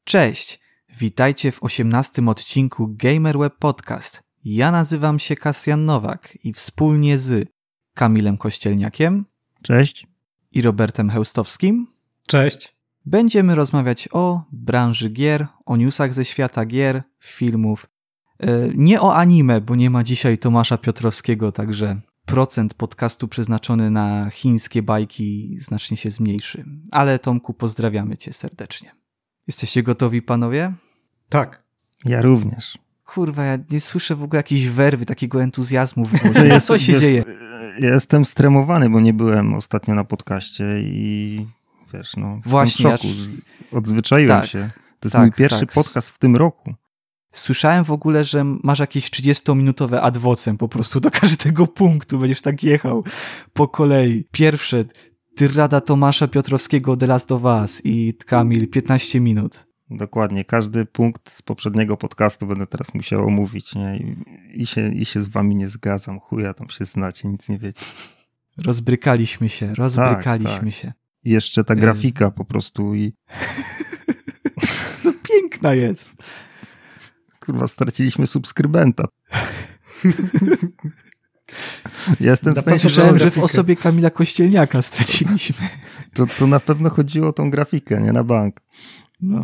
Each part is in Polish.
Cześć, witajcie w 18. odcinku GamerWeb Podcast. Ja nazywam się Kasjan Nowak i wspólnie z Kamilem Kościelniakiem. Cześć. I Robertem Heustowskim. Cześć. Będziemy rozmawiać o branży gier, o newsach ze świata gier, filmów. Nie o anime, bo nie ma dzisiaj Tomasza Piotrowskiego, także procent podcastu przeznaczony na chińskie bajki znacznie się zmniejszy. Ale Tomku, pozdrawiamy cię serdecznie. Jesteście gotowi, panowie? Tak. Ja również. Kurwa, ja nie słyszę w ogóle jakiejś werwy, takiego entuzjazmu w głosie. Co się dzieje? Ja jestem stremowany, bo nie byłem ostatnio na podcaście i wiesz, właśnie, jestem w szoku. Odzwyczaiłem się. To jest mój pierwszy podcast w tym roku. Słyszałem w ogóle, że masz jakieś 30-minutowe ad vocem po prostu do każdego punktu. Będziesz tak jechał po kolei. Pierwsze, tyrada Tomasza Piotrowskiego The Last of Us i Kamil 15 minut. Dokładnie. Każdy punkt z poprzedniego podcastu będę teraz musiał omówić, nie? I się z wami nie zgadzam. Chuja tam się znacie, nic nie wiecie. Rozbrykaliśmy się. I jeszcze ta grafika po prostu i... No piękna jest. Kurwa, straciliśmy subskrybenta. Jestem Słyszałem, że w osobie Kamila Kościelniaka straciliśmy. To na pewno chodziło o tą grafikę, nie na bank. No,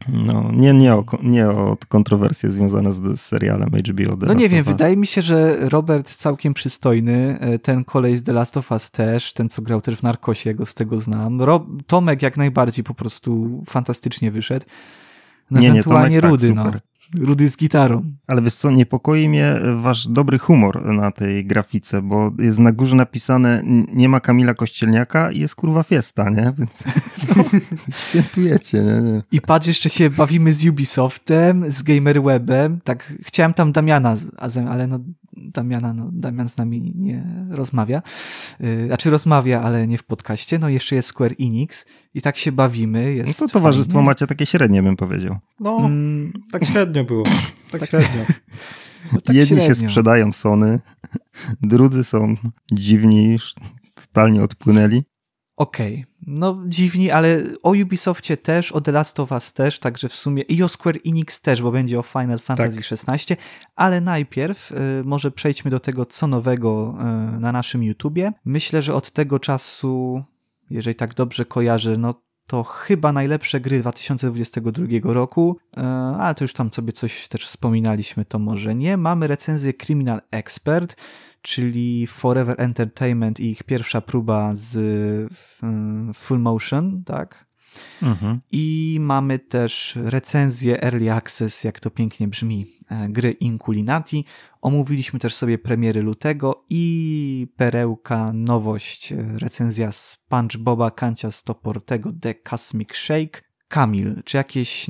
nie o kontrowersje związane z serialem HBO. No nie wiem, wydaje mi się, że Robert całkiem przystojny, ten kolej z The Last of Us też, ten co grał też w Narcosie, go z tego znam. Tomek jak najbardziej po prostu fantastycznie wyszedł. Ewentualnie Tomek, Rudy, tak, super. Rudy z gitarą. Ale wiesz co, niepokoi mnie wasz dobry humor na tej grafice, bo jest na górze napisane nie ma Kamila Kościelniaka i jest kurwa fiesta, nie? Więc świętujecie, nie? I patrz, jeszcze się bawimy z Ubisoftem, z GamerWebem. Tak, chciałem tam Damiana, ale Damian z nami nie rozmawia. Znaczy rozmawia, ale nie w podcaście. No jeszcze jest Square Enix i tak się bawimy. Jest to towarzystwo fajnie. Macie takie średnie, bym powiedział. No, tak średnio było. Tak średnio. Tak jedni średnio. Się sprzedają Sony, drudzy są dziwni, totalnie odpłynęli. Okej, no dziwni, ale o Ubisoftie też, o The Last of Us też, także w sumie i o Square Enix też, bo będzie o Final Fantasy XVI, ale najpierw może przejdźmy do tego, co nowego na naszym YouTubie. Myślę, że od tego czasu, jeżeli tak dobrze kojarzę, no to chyba najlepsze gry 2022 roku, ale to już tam sobie coś też wspominaliśmy, to może nie. Mamy recenzję Criminal Expert, czyli Forever Entertainment i ich pierwsza próba z Full Motion, tak? Mhm. I mamy też recenzję Early Access, jak to pięknie brzmi, gry Inculinati. Omówiliśmy też sobie premiery lutego i perełka, nowość, recenzja SpongeBoba Kanciastoportego The Cosmic Shake. Kamil, czy jakieś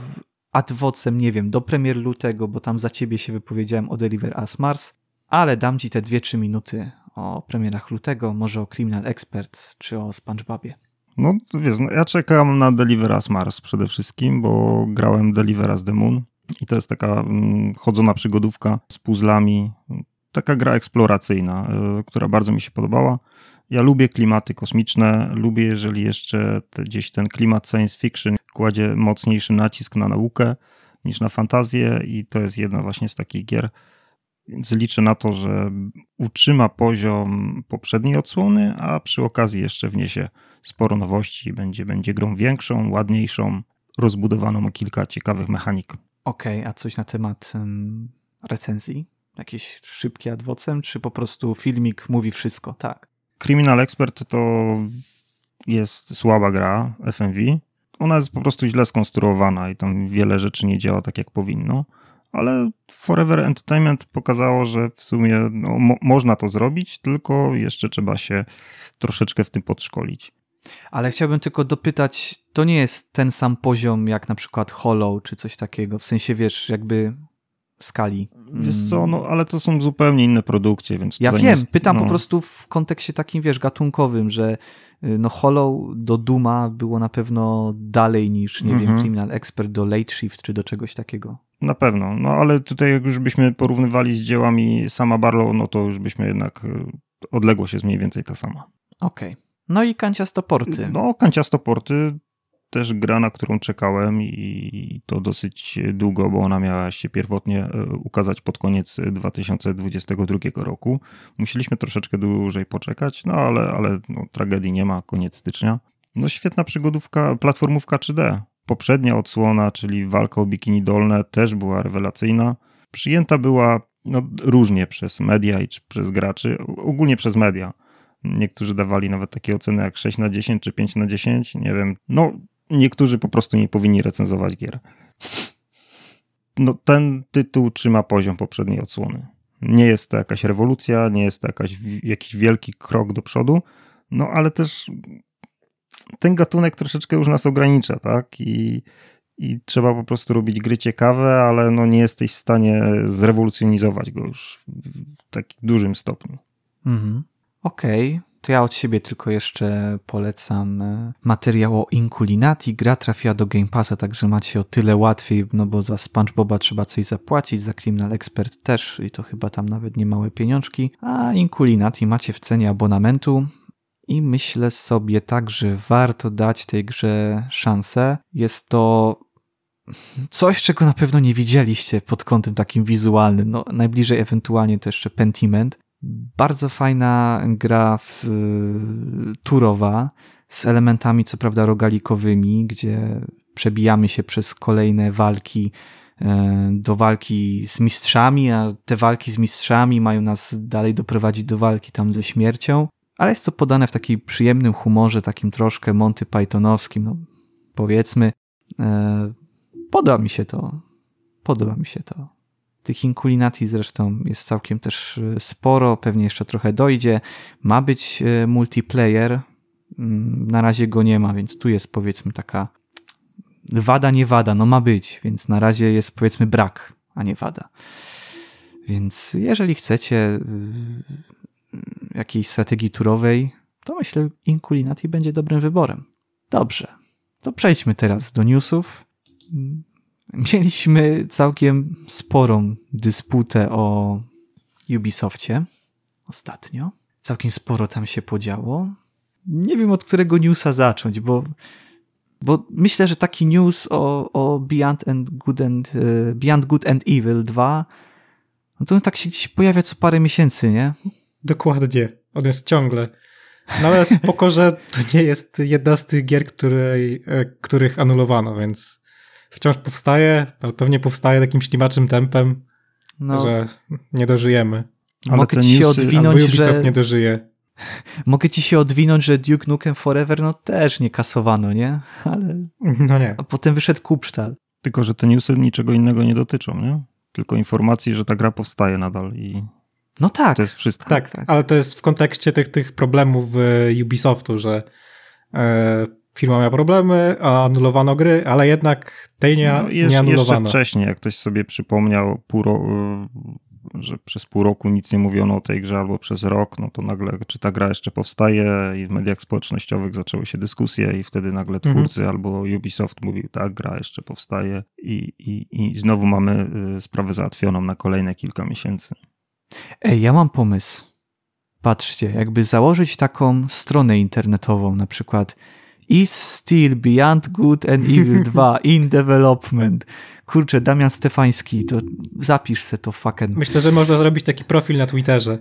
ad vocem, nie wiem, do premier lutego, bo tam za ciebie się wypowiedziałem o Deliver Us Mars, ale dam ci te 2-3 minuty o premierach lutego, może o Criminal Expert, czy o SpongeBobie. No wiesz, ja czekam na Deliver Us Mars przede wszystkim, bo grałem Deliver Us The Moon i to jest taka chodzona przygodówka z puzzlami, taka gra eksploracyjna, która bardzo mi się podobała. Ja lubię klimaty kosmiczne, lubię, jeżeli jeszcze gdzieś ten klimat science fiction kładzie mocniejszy nacisk na naukę niż na fantazję i to jest jedna właśnie z takich gier. Więc liczę na to, że utrzyma poziom poprzedniej odsłony, a przy okazji jeszcze wniesie sporo nowości. Będzie grą większą, ładniejszą, rozbudowaną o kilka ciekawych mechanik. Okej, a coś na temat recenzji? Jakieś szybkie ad vocem, czy po prostu filmik mówi wszystko? Tak. Criminal Expert to jest słaba gra FMV. Ona jest po prostu źle skonstruowana i tam wiele rzeczy nie działa tak, jak powinno. Ale Forever Entertainment pokazało, że w sumie można to zrobić, tylko jeszcze trzeba się troszeczkę w tym podszkolić. Ale chciałbym tylko dopytać, to nie jest ten sam poziom jak na przykład Hollow czy coś takiego, w sensie wiesz, jakby skali. Wiesz co, ale to są zupełnie inne produkcje, więc... Ja wiem, pytam po prostu w kontekście takim, wiesz, gatunkowym, że Hollow do Dooma było na pewno dalej niż, nie wiem, Criminal Expert do Late Shift czy do czegoś takiego. Na pewno, ale tutaj jak już byśmy porównywali z dziełami Sama Barlow, to już byśmy jednak odległość jest mniej więcej ta sama. Okej. No i kanciastoporty. Kanciastoporty też gra, na którą czekałem i to dosyć długo, bo ona miała się pierwotnie ukazać pod koniec 2022 roku. Musieliśmy troszeczkę dłużej poczekać, no ale tragedii nie ma, koniec stycznia. No świetna przygodówka, platformówka 3D. Poprzednia odsłona, czyli walka o bikini dolne, też była rewelacyjna. Przyjęta była różnie przez media i przez graczy, ogólnie przez media. Niektórzy dawali nawet takie oceny jak 6/10 czy 5/10, nie wiem. Niektórzy po prostu nie powinni recenzować gier. Ten tytuł trzyma poziom poprzedniej odsłony. Nie jest to jakaś rewolucja, nie jest to jakiś wielki krok do przodu, ale też ten gatunek troszeczkę już nas ogranicza, tak? I trzeba po prostu robić gry ciekawe, ale nie jesteś w stanie zrewolucjonizować go już w takim dużym stopniu. Okej. To ja od siebie tylko jeszcze polecam materiał o Inkulinati. Gra trafiła do Game Passa, także macie o tyle łatwiej, bo za SpongeBoba trzeba coś zapłacić, za Criminal Expert też i to chyba tam nawet nie małe pieniążki, a Inkulinati macie w cenie abonamentu i myślę sobie tak, że warto dać tej grze szansę. Jest to coś, czego na pewno nie widzieliście pod kątem takim wizualnym. Najbliżej ewentualnie to jeszcze Pentiment. Bardzo fajna gra turowa z elementami co prawda rogalikowymi, gdzie przebijamy się przez kolejne walki do walki z mistrzami, a te walki z mistrzami mają nas dalej doprowadzić do walki tam ze śmiercią, ale jest to podane w takim przyjemnym humorze, takim troszkę Monty Pythonowskim, powiedzmy. Podoba mi się to. Tych Inkulinati zresztą jest całkiem też sporo, pewnie jeszcze trochę dojdzie. Ma być multiplayer, na razie go nie ma, więc tu jest powiedzmy taka wada, nie wada, ma być, więc na razie jest powiedzmy brak, a nie wada. Więc jeżeli chcecie jakiejś strategii turowej, to myślę, Inkulinati będzie dobrym wyborem. Dobrze, to przejdźmy teraz do newsów. Mieliśmy całkiem sporą dysputę o Ubisoftie ostatnio. Całkiem sporo tam się podziało. Nie wiem, od którego newsa zacząć, bo myślę, że taki news o Beyond Good and Evil 2, to tak się gdzieś pojawia co parę miesięcy, nie? Dokładnie. On jest ciągle. Ale spoko, że to nie jest jedna z tych gier, których anulowano, więc wciąż powstaje, ale pewnie powstaje takim ślimaczym tempem, że nie dożyjemy. Mogę ci się odwinąć, Ubisoft nie dożyje. Mogę ci się odwinąć, że Duke Nukem Forever też nie kasowano, nie? Ale nie. A potem wyszedł Kupsztal. Tylko, że te newsy niczego innego nie dotyczą, nie? Tylko informacji, że ta gra powstaje nadal i tak. To jest wszystko. Tak, ale to jest w kontekście tych problemów Ubisoftu, że firma miała problemy, a anulowano gry, ale jednak tej nie anulowano. Jeszcze wcześniej, jak ktoś sobie przypomniał, że przez pół roku nic nie mówiono o tej grze albo przez rok, to nagle, czy ta gra jeszcze powstaje i w mediach społecznościowych zaczęły się dyskusje i wtedy nagle twórcy albo Ubisoft mówił, tak, gra jeszcze powstaje i znowu mamy sprawę załatwioną na kolejne kilka miesięcy. Ja mam pomysł. Patrzcie, jakby założyć taką stronę internetową, na przykład Is still Beyond Good and Evil 2 in development. Kurczę, Damian Stefański, to zapisz se to fucking. Myślę, że można zrobić taki profil na Twitterze.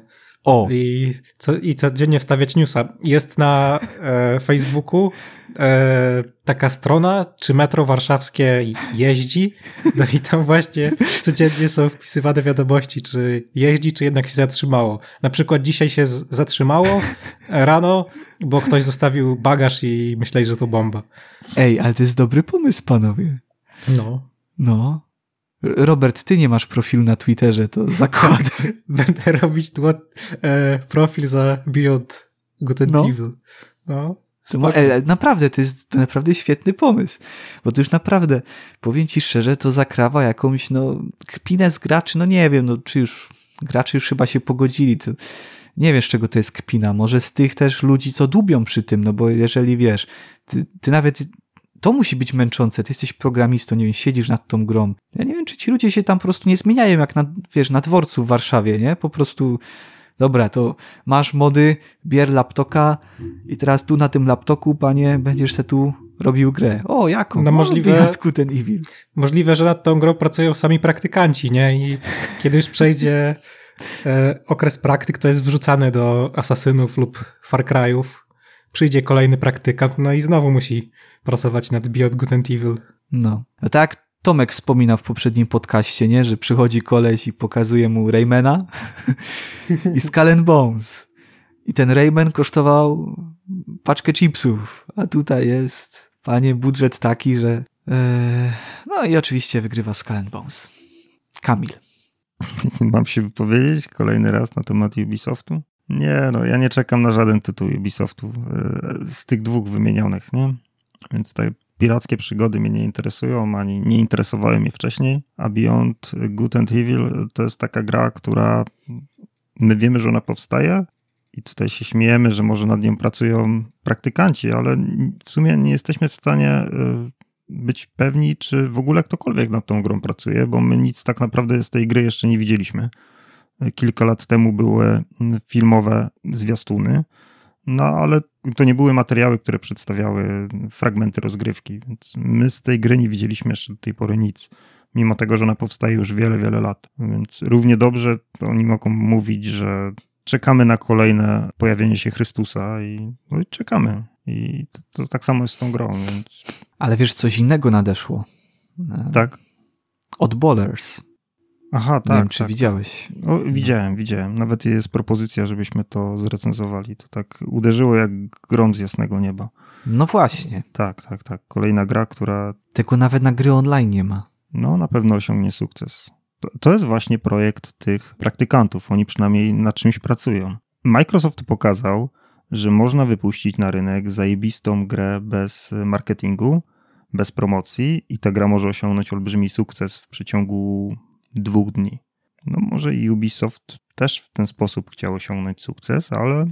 I codziennie wstawiać newsa. Jest na Facebooku taka strona, czy metro warszawskie jeździ. I tam właśnie codziennie są wpisywane wiadomości, czy jeździ, czy jednak się zatrzymało. Na przykład dzisiaj się zatrzymało rano, bo ktoś zostawił bagaż i myśleli, że to bomba. Ale to jest dobry pomysł, panowie. No. Robert, ty nie masz profilu na Twitterze, to zakładam. Będę robić profil za Beyond Good and Evil. Naprawdę, to jest naprawdę świetny pomysł, bo to już naprawdę, powiem ci szczerze, to zakrawa jakąś, kpinę z graczy, nie wiem, czy już gracze już chyba się pogodzili, to nie wiesz, z czego to jest kpina, może z tych też ludzi, co dubią przy tym, bo jeżeli wiesz, ty nawet, to musi być męczące, ty jesteś programistą, nie wiem, siedzisz nad tą grą, ja nie wiem, czy ci ludzie się tam po prostu nie zmieniają, jak na dworcu w Warszawie, nie, po prostu dobra, to masz mody, bier laptopa i teraz tu na tym laptopu, panie, będziesz se tu robił grę. O, jaką? No możliwe, ten Evil. Możliwe, że nad tą grą pracują sami praktykanci, nie? I kiedy już przejdzie okres praktyk, to jest wrzucane do Asasynów lub Far Cry'ów. Przyjdzie kolejny praktykant, no i znowu musi pracować nad Beyond Good and Evil. No tak jak Tomek wspominał w poprzednim podcaście, nie? Że przychodzi koleś i pokazuje mu Raymana i Skull and Bones. I ten Rayman kosztował paczkę chipsów, a tutaj jest, panie, budżet taki, że... No i oczywiście wygrywa Skull and Bones. Kamil. Mam się wypowiedzieć kolejny raz na temat Ubisoftu? Nie, no ja nie czekam na żaden tytuł Ubisoftu z tych dwóch wymienionych, nie? Więc te pirackie przygody mnie nie interesują, ani nie interesowały mnie wcześniej, a Beyond Good and Evil to jest taka gra, która my wiemy, że ona powstaje i tutaj się śmiejemy, że może nad nią pracują praktykanci, ale w sumie nie jesteśmy w stanie być pewni, czy w ogóle ktokolwiek nad tą grą pracuje, bo my nic tak naprawdę z tej gry jeszcze nie widzieliśmy. Kilka lat temu były filmowe zwiastuny, no ale to nie były materiały, które przedstawiały fragmenty rozgrywki, więc my z tej gry nie widzieliśmy jeszcze do tej pory nic, mimo tego, że ona powstaje już wiele, wiele lat. Więc równie dobrze to oni mogą mówić, że czekamy na kolejne pojawienie się Chrystusa i czekamy. I to tak samo jest z tą grą. Więc... Ale wiesz, coś innego nadeszło. Tak? Od Ballers. Aha, tak. Nie wiem, czy widziałeś. No, widziałem. Nawet jest propozycja, żebyśmy to zrecenzowali. To tak uderzyło jak grom z jasnego nieba. No właśnie. Tak. Kolejna gra, która... Tego nawet na gry online nie ma. No, na pewno osiągnie sukces. To jest właśnie projekt tych praktykantów. Oni przynajmniej nad czymś pracują. Microsoft pokazał, że można wypuścić na rynek zajebistą grę bez marketingu, bez promocji i ta gra może osiągnąć olbrzymi sukces w przeciągu 2 dni. No może i Ubisoft też w ten sposób chciał osiągnąć sukces, ale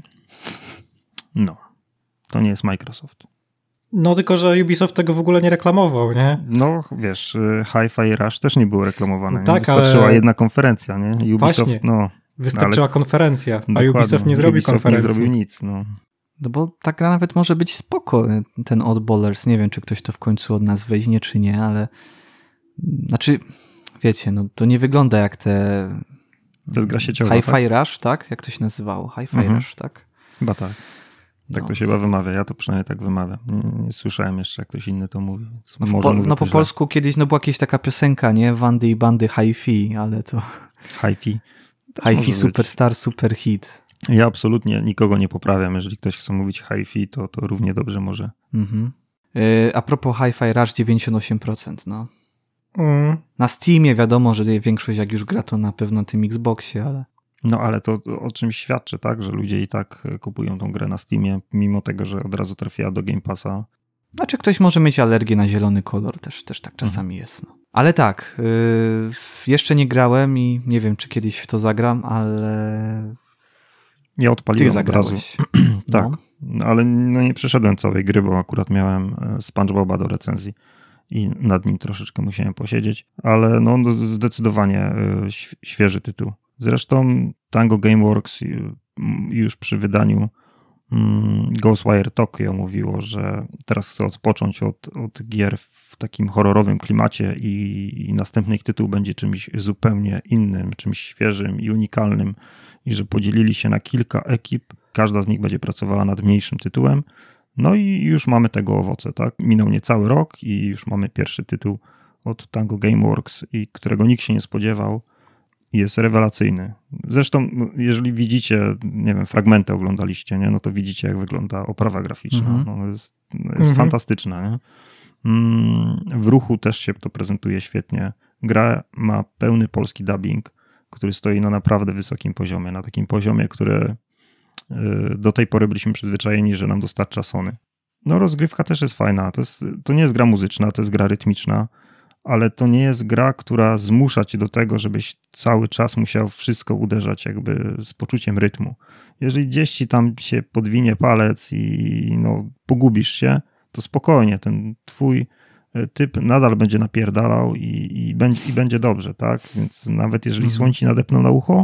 no, to nie jest Microsoft. No tylko, że Ubisoft tego w ogóle nie reklamował, nie? No wiesz, Hi-Fi Rush też nie było reklamowane. Tak, wystarczyła ale... jedna konferencja, nie? Ubisoft, właśnie, no, wystarczyła konferencja, a dokładnie. Ubisoft nie zrobi konferencji. Nie zrobił nic, no. No bo ta gra nawet może być spoko, ten Odd Ballers. Nie wiem, czy ktoś to w końcu od nas weźmie, czy nie, ale znaczy, wiecie, no to nie wygląda jak te... To jest gra sieciowa, Hi-Fi Rush, tak? Jak to się nazywało? Hi-Fi Rush, tak? Chyba tak. Tak to się chyba wymawia. Ja to przynajmniej tak wymawiam. Nie słyszałem jeszcze, jak ktoś inny to mówi. No po polsku kiedyś była jakaś taka piosenka, nie? Wandy i bandy Hi-Fi, ale to... Hi-Fi. Hi-Fi Superstar, super hit. Ja absolutnie nikogo nie poprawiam. Jeżeli ktoś chce mówić hi-fi, to równie dobrze może. Mhm. A propos Hi-Fi Rush 98%, no. Na Steamie wiadomo, że większość jak już gra to na pewno na tym Xboxie, ale... No ale to o czymś świadczy, tak? Że ludzie i tak kupują tą grę na Steamie, mimo tego, że od razu trafiła do Game Passa. Znaczy ktoś może mieć alergię na zielony kolor, też tak czasami jest, no. Ale tak, jeszcze nie grałem i nie wiem, czy kiedyś w to zagram, ale... Ja odpaliłem od razu. Tak, no. Ale no nie przeszedłem całej gry, bo akurat miałem SpongeBoba do recenzji i nad nim troszeczkę musiałem posiedzieć, ale no zdecydowanie świeży tytuł. Zresztą Tango Gameworks już przy wydaniu Ghostwire Tokyo mówiło, że teraz chce odpocząć od gier w takim horrorowym klimacie i następny ich tytuł będzie czymś zupełnie innym, czymś świeżym i unikalnym i że podzielili się na kilka ekip, każda z nich będzie pracowała nad mniejszym tytułem, no i już mamy tego owoce, tak? Minął niecały rok i już mamy pierwszy tytuł od Tango Gameworks, którego nikt się nie spodziewał. Jest rewelacyjny. Zresztą, jeżeli widzicie, nie wiem, fragmenty oglądaliście, nie? No to widzicie, jak wygląda oprawa graficzna. No jest fantastyczna. Nie? W ruchu też się to prezentuje świetnie. Gra ma pełny polski dubbing, który stoi na naprawdę wysokim poziomie. Na takim poziomie, który do tej pory byliśmy przyzwyczajeni, że nam dostarcza Sony. No rozgrywka też jest fajna. To nie jest gra muzyczna, to jest gra rytmiczna. Ale to nie jest gra, która zmusza cię do tego, żebyś cały czas musiał wszystko uderzać jakby z poczuciem rytmu. Jeżeli gdzieś ci tam się podwinie palec i no, pogubisz się, to spokojnie, ten twój typ nadal będzie napierdalał i będzie dobrze, tak? Więc nawet jeżeli słoń ci nadepną na ucho,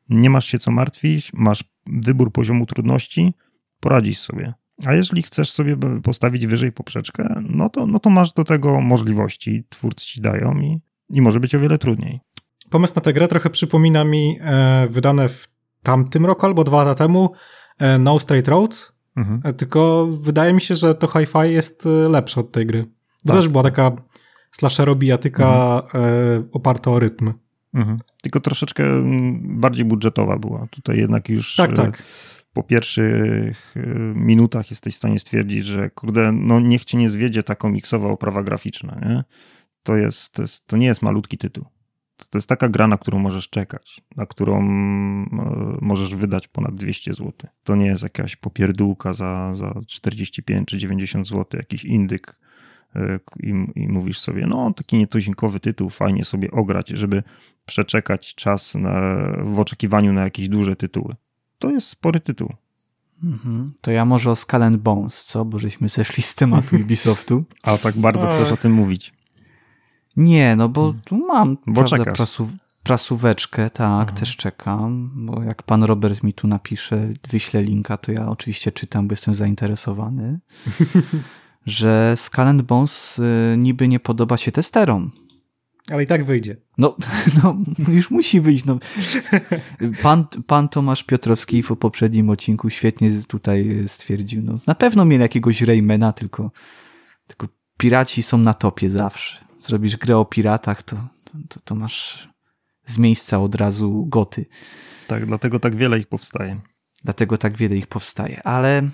nie masz się co martwić, masz wybór poziomu trudności, poradzisz sobie. A jeżeli chcesz sobie postawić wyżej poprzeczkę, no to masz do tego możliwości, twórcy ci dają i może być o wiele trudniej. Pomysł na tę grę trochę przypomina mi wydane w tamtym roku albo 2 lata temu No Straight Roads, tylko wydaje mi się, że to hi-fi jest lepsze od tej gry. To też była taka slasherobijatyka oparta o rytmy. Tylko troszeczkę bardziej budżetowa była. Tutaj jednak już tak. Po pierwszych minutach jesteś w stanie stwierdzić, że kurde, no niech cię nie zwiedzie ta komiksowa oprawa graficzna, nie? To nie jest malutki tytuł. To jest taka gra, na którą możesz czekać, na którą możesz wydać ponad 200 zł. To nie jest jakaś popierdółka za 45 czy 90 zł, jakiś indyk i mówisz sobie, no taki nietuzinkowy tytuł, fajnie sobie ograć, żeby przeczekać czas w oczekiwaniu na jakieś duże tytuły. To jest spory tytuł. To ja może o Skull and Bones, co? Bo żeśmy zeszli z tematu Ubisoftu. A tak bardzo chcesz o tym mówić. Nie, no bo tu mam prasóweczkę, tak, też czekam, bo jak pan Robert mi tu napisze, wyśle linka, to ja oczywiście czytam, bo jestem zainteresowany, że Skull and Bones niby nie podoba się testerom. Ale i tak wyjdzie. No już musi wyjść. No. Pan Tomasz Piotrowski w poprzednim odcinku świetnie tutaj stwierdził, no na pewno mieli jakiegoś Raymana, tylko piraci są na topie zawsze. Zrobisz grę o piratach, to masz z miejsca od razu goty. Tak, dlatego tak wiele ich powstaje. Ale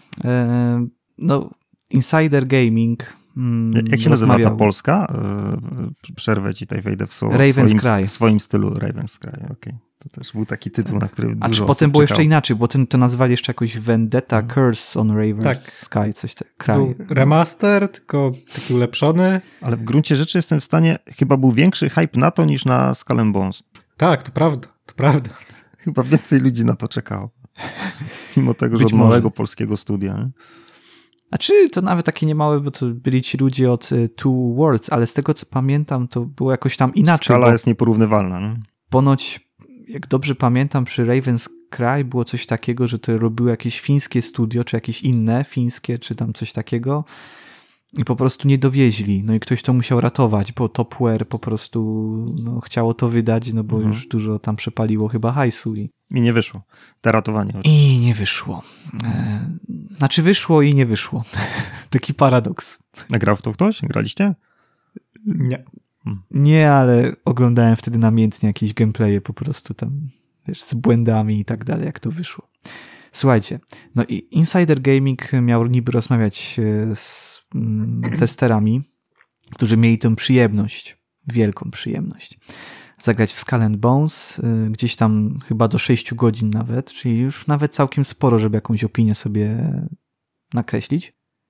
Insider Gaming jak się nazywa ta Polska? Przerwę ci tutaj, wejdę w słowo. W swoim stylu Raven's Cry. Okay. To też był taki tytuł, na który dużo osób czekało. A potem było jeszcze inaczej, bo to nazwali jeszcze jakoś Vendetta Curse on Raven's Sky, coś takiego. Był remaster, tylko taki ulepszony. Ale w gruncie rzeczy jestem w stanie, chyba był większy hype na to niż na Skull and Bones. Tak, to prawda. Chyba więcej ludzi na to czekało. Mimo tego, że od małego polskiego studia. Nie? A czy to nawet takie niemałe, bo to byli ci ludzie od Two Worlds, ale z tego co pamiętam, to było jakoś tam inaczej. Skala jest nieporównywalna. Nie? Ponoć, jak dobrze pamiętam, przy Raven's Cry było coś takiego, że to robiło jakieś fińskie studio, czy jakieś inne fińskie, czy tam coś takiego i po prostu nie dowieźli. No i ktoś to musiał ratować, bo Topware po prostu chciało to wydać, no bo już dużo tam przepaliło chyba hajsu. I nie wyszło. Te ratowanie. I nie wyszło. Znaczy wyszło i nie wyszło. Taki paradoks. A grał w to ktoś? Graliście? Nie. Nie, ale oglądałem wtedy namiętnie jakieś gameplaye po prostu tam, wiesz, z błędami i tak dalej, jak to wyszło. Słuchajcie, no i Insider Gaming miał niby rozmawiać z testerami, którzy mieli tę przyjemność, wielką przyjemność, zagrać w Skull and Bones, gdzieś tam chyba do 6 godzin nawet, czyli już nawet całkiem sporo, żeby jakąś opinię sobie nakreślić.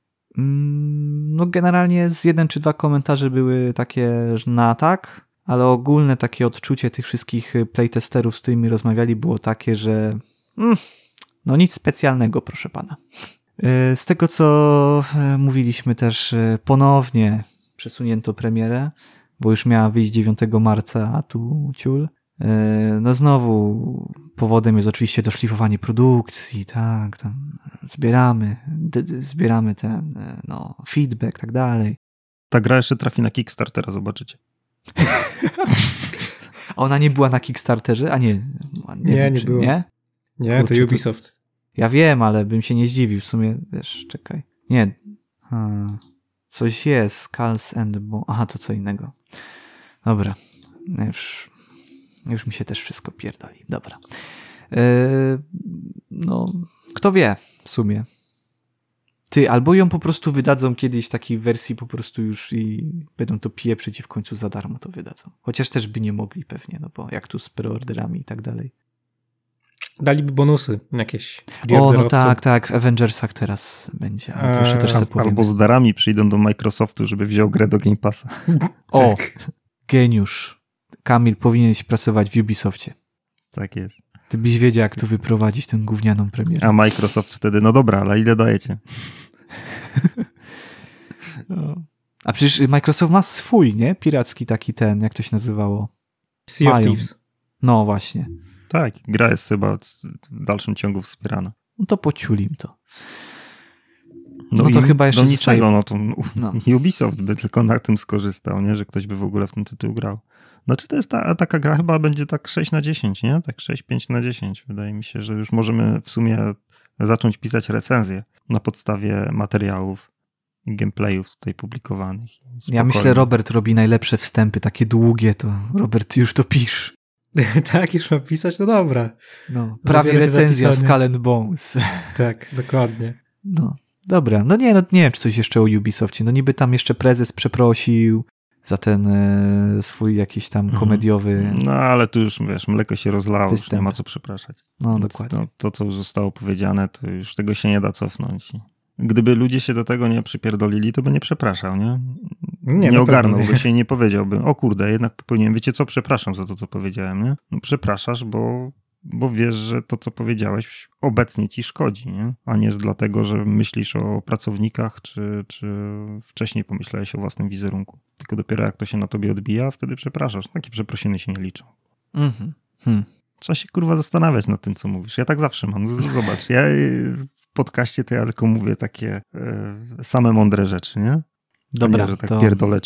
No generalnie z 1 czy 2 komentarze były takie, że na tak, ale ogólne takie odczucie tych wszystkich playtesterów, z którymi rozmawiali, było takie, że no nic specjalnego, proszę pana. Z tego, co mówiliśmy też, ponownie przesunięto premierę, bo już miała wyjść 9 marca, a tu ciul. No znowu powodem jest oczywiście doszlifowanie produkcji, tak, tam zbieramy ten feedback, tak dalej. Ta gra jeszcze trafi na Kickstartera, zobaczycie. A ona nie była na Kickstarterze? A nie była. Nie? Nie, kurczę, to Ubisoft. Ja wiem, ale bym się nie zdziwił. W sumie, wiesz, czekaj. Nie. Coś jest. Skulls and Bones. Aha, to co innego. Dobra. Już mi się też wszystko pierdoli. Dobra. Kto wie w sumie. Ty, albo ją po prostu wydadzą kiedyś w takiej wersji po prostu już i będą to pieprzyć i w końcu za darmo to wydadzą. Chociaż też by nie mogli pewnie, no bo jak tu z preorderami i tak dalej. Daliby bonusy jakieś. No tak, w Avengersach teraz będzie. Ale to jeszcze też sobie powiemy. Albo z darami przyjdą do Microsoftu, żeby wziął grę do Game Passa. O, geniusz. Kamil, powinieneś pracować w Ubisoftie. Tak jest. Ty byś wiedział, jak tu wyprowadzić tę gównianą premierę. A Microsoft wtedy, no dobra, ale ile dajecie? A przecież Microsoft ma swój, nie? Piracki taki ten, jak to się nazywało? Sea of Thieves. No właśnie. Tak, gra jest chyba w dalszym ciągu wspierana. No to pociulim to. No to chyba jeszcze niczego, Ubisoft by tylko na tym skorzystał, nie? Że ktoś by w ogóle w ten tytuł grał. Znaczy to jest taka gra chyba będzie tak 6/10, nie? Tak 6-5/10. Wydaje mi się, że już możemy w sumie zacząć pisać recenzje na podstawie materiałów i gameplayów tutaj publikowanych. Spokojnie. Ja myślę, Robert robi najlepsze wstępy, takie długie, to Robert już to pisz. Tak, już mam pisać, to dobra. No, prawie recenzja Skull and Bones. Tak, dokładnie. No, dobra. No nie wiem, czy coś jeszcze o Ubisoftie. No niby tam jeszcze prezes przeprosił za ten swój jakiś tam komediowy... No ale tu już, wiesz, mleko się rozlało, już nie ma co przepraszać. No, dokładnie. To, co już zostało powiedziane, to już tego się nie da cofnąć. Gdyby ludzie się do tego nie przypierdolili, to by nie przepraszał, nie? Nie ogarnąłby się i nie powiedziałby, o kurde, jednak popełniłem, wiecie co, przepraszam za to, co powiedziałem, nie? No przepraszasz, bo wiesz, że to, co powiedziałeś, obecnie ci szkodzi, nie? A nie dlatego, że myślisz o pracownikach, czy wcześniej pomyślałeś o własnym wizerunku. Tylko dopiero jak to się na tobie odbija, wtedy przepraszasz. Takie przeprosiny się nie liczą. Trzeba się, kurwa, zastanawiać nad tym, co mówisz. Ja tak zawsze mam. Zobacz, ja w podcaście to ja tylko mówię takie same mądre rzeczy, nie? Dobra, nie, że tak pierdolę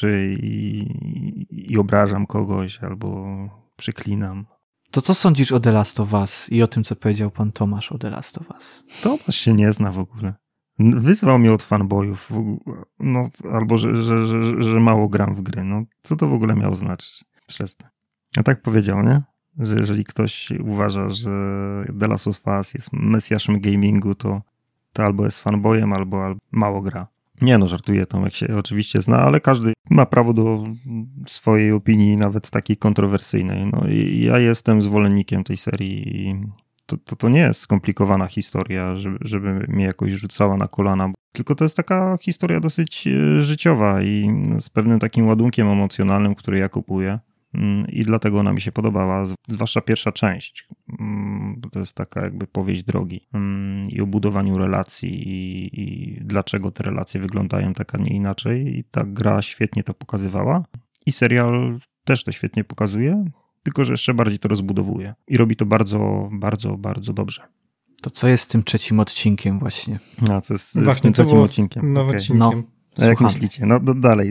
i obrażam kogoś albo przyklinam. To co sądzisz o The Last of Us i o tym, co powiedział pan Tomasz o The Last of Us? Tomasz się nie zna w ogóle. Wyzwał mnie od fanboyów, no, albo że mało gram w gry. No, co to w ogóle miało znaczyć? Przestań. A tak powiedział, nie? Że jeżeli ktoś uważa, że The Last of Us jest mesjaszem gamingu, to albo jest fanboyem, albo mało gra. Nie no, żartuję, Tomek się oczywiście zna, ale każdy ma prawo do swojej opinii, nawet takiej kontrowersyjnej. No i ja jestem zwolennikiem tej serii i to nie jest skomplikowana historia, żeby mnie jakoś rzucała na kolana, tylko to jest taka historia dosyć życiowa i z pewnym takim ładunkiem emocjonalnym, który ja kupuję. I dlatego ona mi się podobała, zwłaszcza pierwsza część. To jest taka jakby powieść drogi i o budowaniu relacji i dlaczego te relacje wyglądają tak, a nie inaczej. I ta gra świetnie to pokazywała. I serial też to świetnie pokazuje, tylko że jeszcze bardziej to rozbudowuje. I robi to bardzo, bardzo, bardzo dobrze. To co jest z tym trzecim odcinkiem właśnie? A co jest z tym trzecim odcinkiem? Odcinkiem. No, a jak myślicie? No dalej.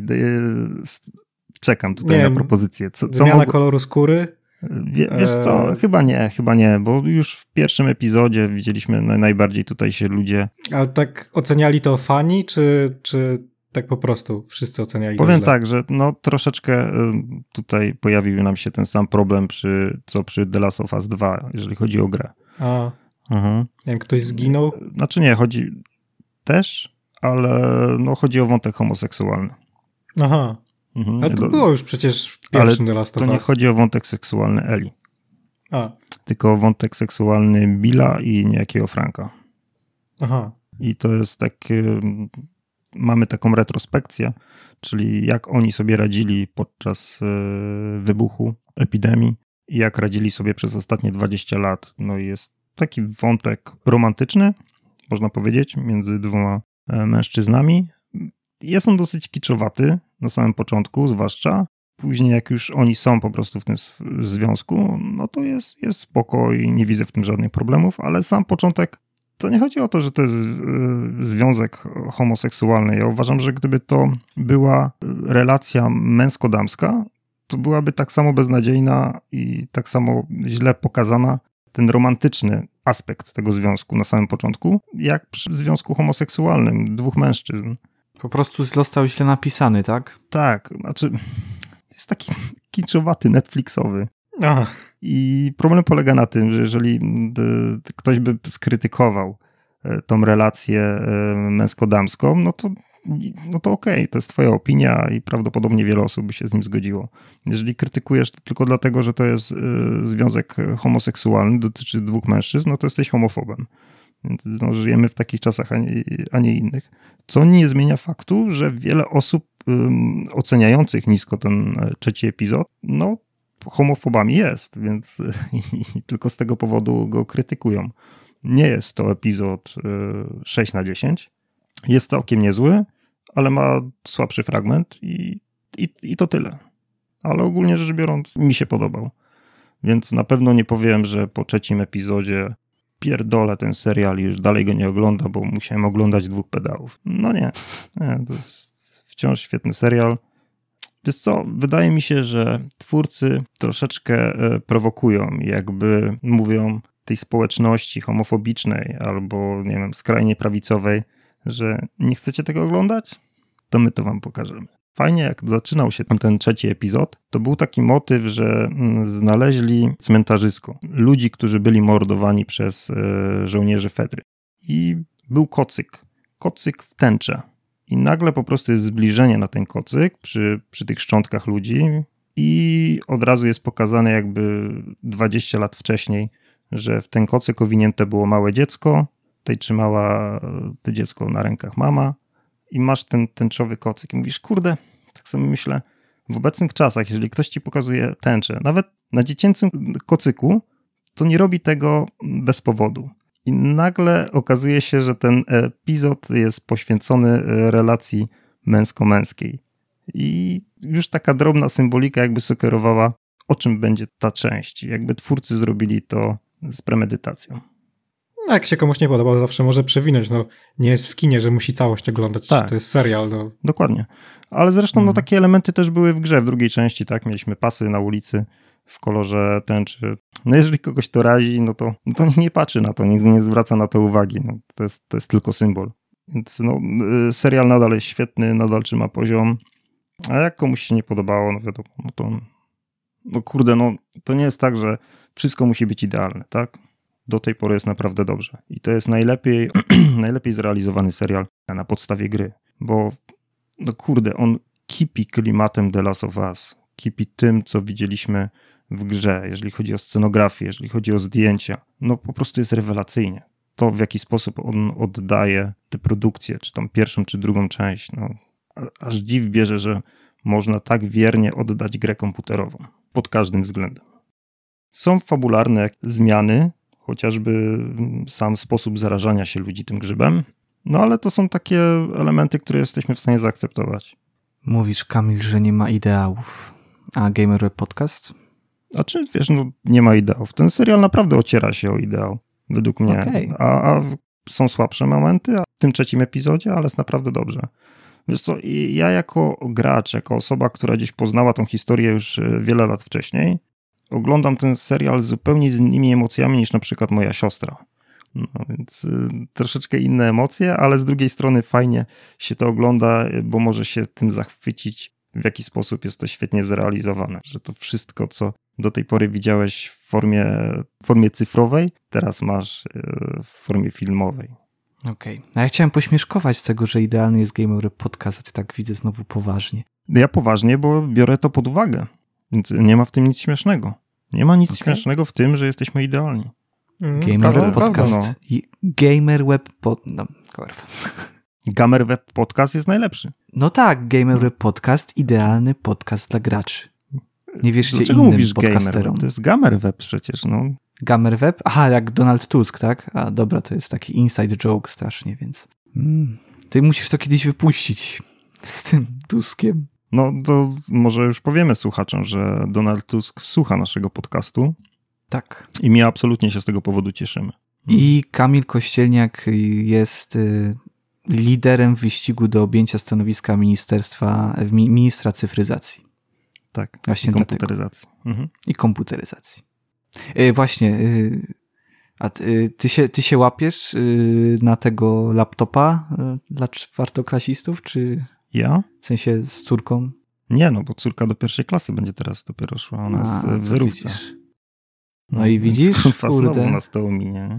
Czekam tutaj na propozycję. Zmiana koloru skóry? Wiesz co, chyba nie, bo już w pierwszym epizodzie widzieliśmy najbardziej tutaj się ludzie... Ale tak oceniali to fani, czy tak po prostu wszyscy oceniali Powiem to źle? tak, że no troszeczkę tutaj pojawił nam się ten sam problem co przy The Last of Us 2, jeżeli chodzi o grę. Nie wiem, ktoś zginął? Znaczy nie, chodzi też, ale no chodzi o wątek homoseksualny. Aha. Ale to było już przecież w pierwszym The Last of Us. To nie chodzi o wątek seksualny Eli. Tylko o wątek seksualny Billa i niejakiego Franka. Aha. I to jest tak... Mamy taką retrospekcję, czyli jak oni sobie radzili podczas wybuchu epidemii i jak radzili sobie przez ostatnie 20 lat. No jest taki wątek romantyczny, można powiedzieć, między dwoma mężczyznami. Jest on dosyć kiczowaty na samym początku, zwłaszcza. Później jak już oni są po prostu w tym związku, no to jest spoko i nie widzę w tym żadnych problemów, ale sam początek, to nie chodzi o to, że to jest związek homoseksualny. Ja uważam, że gdyby to była relacja męsko-damska, to byłaby tak samo beznadziejna i tak samo źle pokazana ten romantyczny aspekt tego związku na samym początku, jak przy związku homoseksualnym dwóch mężczyzn. Po prostu został źle napisany, tak? Tak, znaczy jest taki kiczowaty, netflixowy. Aha. I problem polega na tym, że jeżeli ktoś by skrytykował tą relację męsko-damską, no to okej, to jest twoja opinia i prawdopodobnie wiele osób by się z nim zgodziło. Jeżeli krytykujesz to tylko dlatego, że to jest związek homoseksualny, dotyczy dwóch mężczyzn, no to jesteś homofobem. Więc no, żyjemy w takich czasach, a nie innych. Co nie zmienia faktu, że wiele osób oceniających nisko ten trzeci epizod, no homofobami jest, więc tylko z tego powodu go krytykują. Nie jest to epizod 6/10. Jest całkiem niezły, ale ma słabszy fragment i to tyle. Ale ogólnie rzecz biorąc mi się podobał. Więc na pewno nie powiem, że po 3. epizodzie pierdolę ten serial i już dalej go nie ogląda, bo musiałem oglądać 2 pedałów. No nie, to jest wciąż świetny serial. Wiesz co, wydaje mi się, że twórcy troszeczkę prowokują, jakby mówią tej społeczności homofobicznej albo, nie wiem, skrajnie prawicowej, że nie chcecie tego oglądać? To my to wam pokażemy. Fajnie, jak zaczynał się ten 3. epizod, to był taki motyw, że znaleźli cmentarzysko ludzi, którzy byli mordowani przez żołnierzy Fedry. I był kocyk w tęczę. I nagle po prostu jest zbliżenie na ten kocyk przy tych szczątkach ludzi i od razu jest pokazane jakby 20 lat wcześniej, że w ten kocyk owinięte było małe dziecko, tutaj trzymała to dziecko na rękach mama i masz ten tęczowy kocyk i mówisz, kurde, tak sobie myślę, w obecnych czasach, jeżeli ktoś ci pokazuje tęczę, nawet na dziecięcym kocyku, to nie robi tego bez powodu. I nagle okazuje się, że ten epizod jest poświęcony relacji męsko-męskiej. I już taka drobna symbolika jakby sugerowała, o czym będzie ta część. Jakby twórcy zrobili to z premedytacją. No, jak się komuś nie podoba, zawsze może przewinąć. No, nie jest w kinie, że musi całość oglądać. Tak. To jest serial. No. Dokładnie. Ale zresztą takie elementy też były w grze w drugiej części. Tak, mieliśmy pasy na ulicy w kolorze tęczy. No jeżeli kogoś to razi, no to nikt nie patrzy na to, nikt nie zwraca na to uwagi. No, to jest tylko symbol. Więc serial nadal jest świetny, nadal trzyma poziom. A jak komuś się nie podobało, no wiadomo, to nie jest tak, że wszystko musi być idealne, tak? Do tej pory jest naprawdę dobrze. I to jest najlepiej zrealizowany serial na podstawie gry. Bo, on kipi klimatem The Last of Us. Kipi tym, co widzieliśmy w grze, jeżeli chodzi o scenografię, jeżeli chodzi o zdjęcia. No po prostu jest rewelacyjnie. To, w jaki sposób on oddaje tę produkcję, czy tam 1. czy 2. część. No, aż dziw bierze, że można tak wiernie oddać grę komputerową. Pod każdym względem. Są fabularne zmiany, chociażby sam sposób zarażania się ludzi tym grzybem. No ale to są takie elementy, które jesteśmy w stanie zaakceptować. Mówisz, Kamil, że nie ma ideałów. A Gamer Web Podcast? Znaczy, wiesz, nie ma ideałów. Ten serial naprawdę ociera się o ideał, według mnie. Okay. A są słabsze momenty w tym 3. epizodzie, ale jest naprawdę dobrze. Wiesz co, ja jako gracz, jako osoba, która gdzieś poznała tą historię już wiele lat wcześniej, oglądam ten serial z zupełnie z innymi emocjami niż na przykład moja siostra. No więc troszeczkę inne emocje, ale z drugiej strony fajnie się to ogląda, bo może się tym zachwycić, w jaki sposób jest to świetnie zrealizowane. Że to wszystko, co do tej pory widziałeś w formie cyfrowej, teraz masz w formie filmowej. Okej. A ja chciałem pośmieszkować z tego, że idealny jest Game Over Podcast, a ty tak widzę znowu poważnie. Ja poważnie, bo biorę to pod uwagę. Więc nie ma w tym nic śmiesznego. Nie ma nic śmiesznego w tym, że jesteśmy idealni. Gamer Web Podcast. Gamer Web Gamer Web Podcast jest najlepszy. No tak, Gamer Web Podcast, idealny podcast dla graczy. Nie wierzcie Dlaczego innym mówisz podcasterom. Gamer? To jest Gamer Web przecież, no. Gamer Web? Aha, jak Donald Tusk, tak? A dobra, to jest taki inside joke strasznie, więc... Ty musisz to kiedyś wypuścić z tym Tuskiem. No to może już powiemy słuchaczom, że Donald Tusk słucha naszego podcastu. Tak. I my absolutnie się z tego powodu cieszymy. I Kamil Kościelniak jest liderem w wyścigu do objęcia stanowiska ministra cyfryzacji. Tak, właśnie i komputeryzacji. I komputeryzacji. Właśnie, a ty się łapiesz na tego laptopa dla czwartoklasistów, czy... Ja? W sensie z córką? Nie, no bo córka do 1. klasy będzie teraz dopiero szła, ona jest w zerówce. No i widzisz? Kurde. Nas to ominie.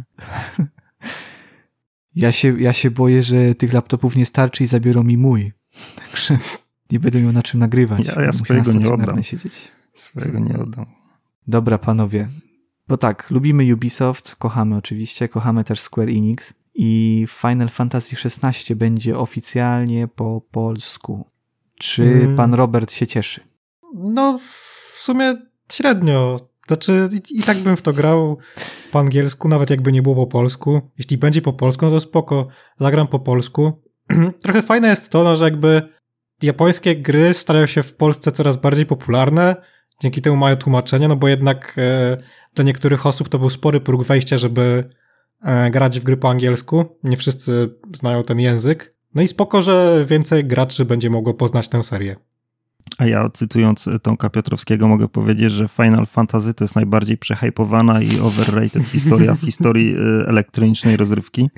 Ja się boję, że tych laptopów nie starczy i zabiorą mi mój. Także nie będę miał na czym nagrywać. Ja swojego nie oddam. Siedzieć. Swojego nie oddam. Dobra, panowie. Bo tak, lubimy Ubisoft, kochamy oczywiście, kochamy też Square Enix i Final Fantasy XVI będzie oficjalnie po polsku. Czy pan Robert się cieszy? No, w sumie średnio. Znaczy, i tak bym w to grał po angielsku, nawet jakby nie było po polsku. Jeśli będzie po polsku, no to spoko, zagram po polsku. Trochę fajne jest to, że jakby japońskie gry starają się w Polsce coraz bardziej popularne. dzięki temu mają tłumaczenie, no bo jednak dla niektórych osób to był spory próg wejścia, żeby grać w gry po angielsku. Nie wszyscy znają ten język. No i spoko, że więcej graczy będzie mogło poznać tę serię. A ja, cytując Tomka Piotrowskiego, mogę powiedzieć, że Final Fantasy to jest najbardziej przehypowana i overrated historia w historii elektronicznej rozrywki.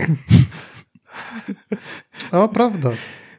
O, prawda.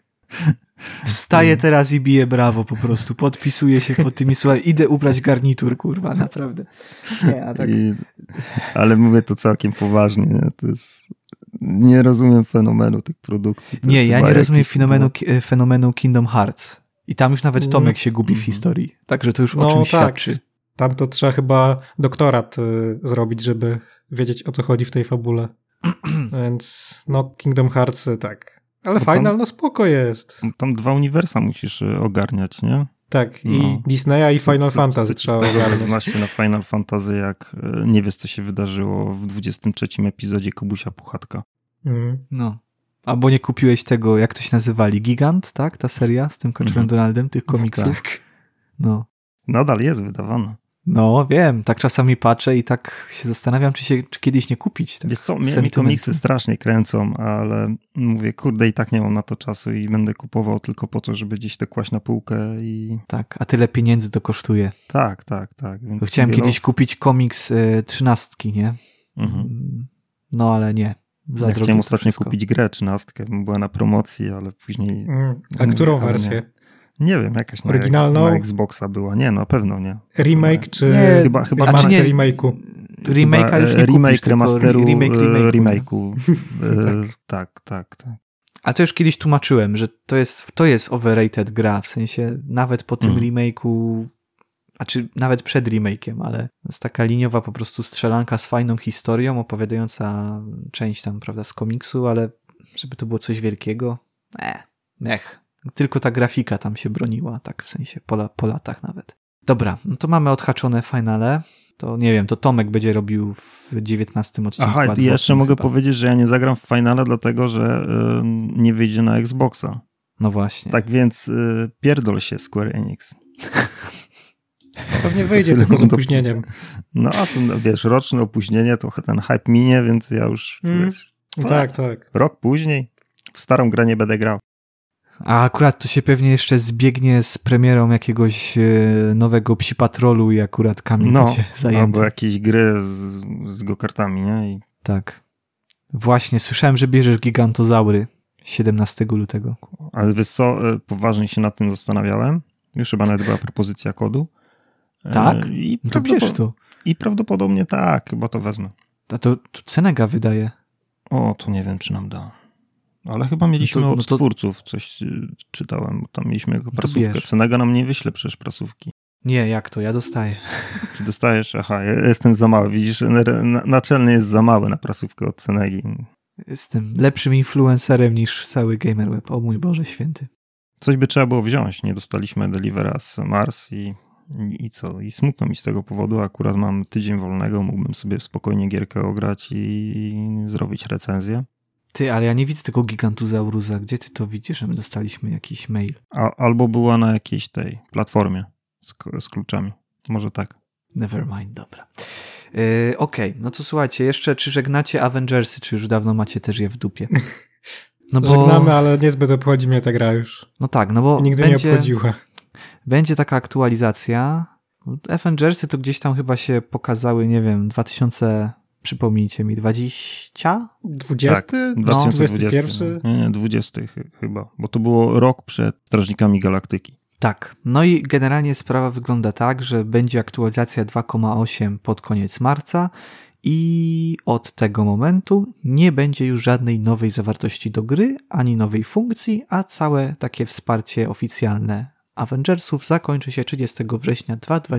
Wstaję teraz i biję brawo po prostu. Podpisuję się pod tymi słowami. Idę ubrać garnitur, kurwa, naprawdę. Nie, a tak... Ale mówię to całkiem poważnie. Nie? To jest... Nie rozumiem fenomenu tych produkcji. Nie, ja nie rozumiem fenomenu Kingdom Hearts. I tam już nawet Tomek się gubi w historii. Także to już o czymś świadczy. Tam to trzeba chyba doktorat zrobić, żeby wiedzieć, o co chodzi w tej fabule. Więc Kingdom Hearts tak. Ale Final, spoko jest. Tam 2 uniwersa musisz ogarniać, nie? Tak, i Disneya i Final Fantasy trzeba ogarniać. Znasz się na Final Fantasy, jak nie wiesz, co się wydarzyło w 23 epizodzie Kubusia Puchatka. No. Albo nie kupiłeś tego, jak to się nazywali, Gigant, tak? Ta seria z tym Kaczorem Donaldem, tych komiksów. Tak. No. Nadal jest wydawana. No, wiem. Tak czasami patrzę i tak się zastanawiam, czy kiedyś nie kupić. Tak, wiesz co, mnie komiksy strasznie kręcą, ale mówię, kurde, i tak nie mam na to czasu i będę kupował tylko po to, żeby gdzieś to kłaść na półkę i... Tak, a tyle pieniędzy to kosztuje. Tak. Więc chciałem kiedyś kupić komiks 13, nie? No, ale nie. Ja chciałem ostatnio kupić grę 13, bo była na promocji, ale później... A którą wersję? Nie wiem, jakaś oryginalną? Na Xboxa była. Nie, na pewno nie. Remake czy chyba remaster remake'u? Remake'a już nie remake kupisz, remasteru remake'u. Tak. A to już kiedyś tłumaczyłem, że to jest overrated gra, w sensie nawet po tym remake'u, nawet przed remake'iem, ale jest taka liniowa po prostu strzelanka z fajną historią, opowiadająca część tam, prawda, z komiksu, ale żeby to było coś wielkiego, tylko ta grafika tam się broniła, tak w sensie po latach nawet. Dobra, no to mamy odhaczone finale. To nie wiem, to Tomek będzie robił w 19 odcinku. Aha, i jeszcze mogę powiedzieć, że ja nie zagram w finale, dlatego że nie wyjdzie na Xboxa. No właśnie. Tak więc pierdol się Square Enix. Pewnie wyjdzie tylko z opóźnieniem. No a tu wiesz, roczne opóźnienie, to ten hype minie, więc ja już tak. Rok później w starą grę nie będę grał. A akurat to się pewnie jeszcze zbiegnie z premierą jakiegoś nowego Psi Patrolu i akurat Kamil będzie zajęty. Albo jakieś gry z go-kartami, nie? Tak. Właśnie, słyszałem, że bierzesz Gigantozaury 17 lutego. Ale wiesz co, poważnie się nad tym zastanawiałem. Już chyba nawet była propozycja kodu. Tak? To bierz to. I prawdopodobnie tak, chyba to wezmę. A to Cenega wydaje. O, to nie wiem, czy nam da. Ale chyba mieliśmy od twórców, coś czytałem. Tam mieliśmy jako prasówkę. Cenega nam nie wyśle przecież prasówki. Nie, jak to? Ja dostaję. Ty dostajesz? Aha, ja jestem za mały. Widzisz, naczelny jest za mały na prasówkę od Cenegi. Jestem lepszym influencerem niż cały GamerWeb. O mój Boże święty. Coś by trzeba było wziąć. Nie dostaliśmy Delivera z Mars i co? I smutno mi z tego powodu. Akurat mam tydzień wolnego. Mógłbym sobie spokojnie gierkę ograć i zrobić recenzję. Ty, ale ja nie widzę tego Gigantozaurusa. Gdzie ty to widzisz, że my dostaliśmy jakiś mail? Albo była na jakiejś tej platformie z kluczami. Może tak. Nevermind, dobra. Okej, no to słuchajcie, jeszcze czy żegnacie Avengersy, czy już dawno macie też je w dupie? No bo... Żegnamy, ale niezbyt obchodzi mnie ta gra już. No tak, no bo nigdy nie obchodziła. Będzie taka aktualizacja. Avengersy to gdzieś tam chyba się pokazały, nie wiem, 2000... Przypomnijcie mi, 20? 20? Tak, 2021. Nie, 20 chyba, bo to było rok przed Strażnikami Galaktyki. Tak, no i generalnie sprawa wygląda tak, że będzie aktualizacja 2.8 pod koniec marca i od tego momentu nie będzie już żadnej nowej zawartości do gry, ani nowej funkcji, a całe takie wsparcie oficjalne Avengersów zakończy się 30 września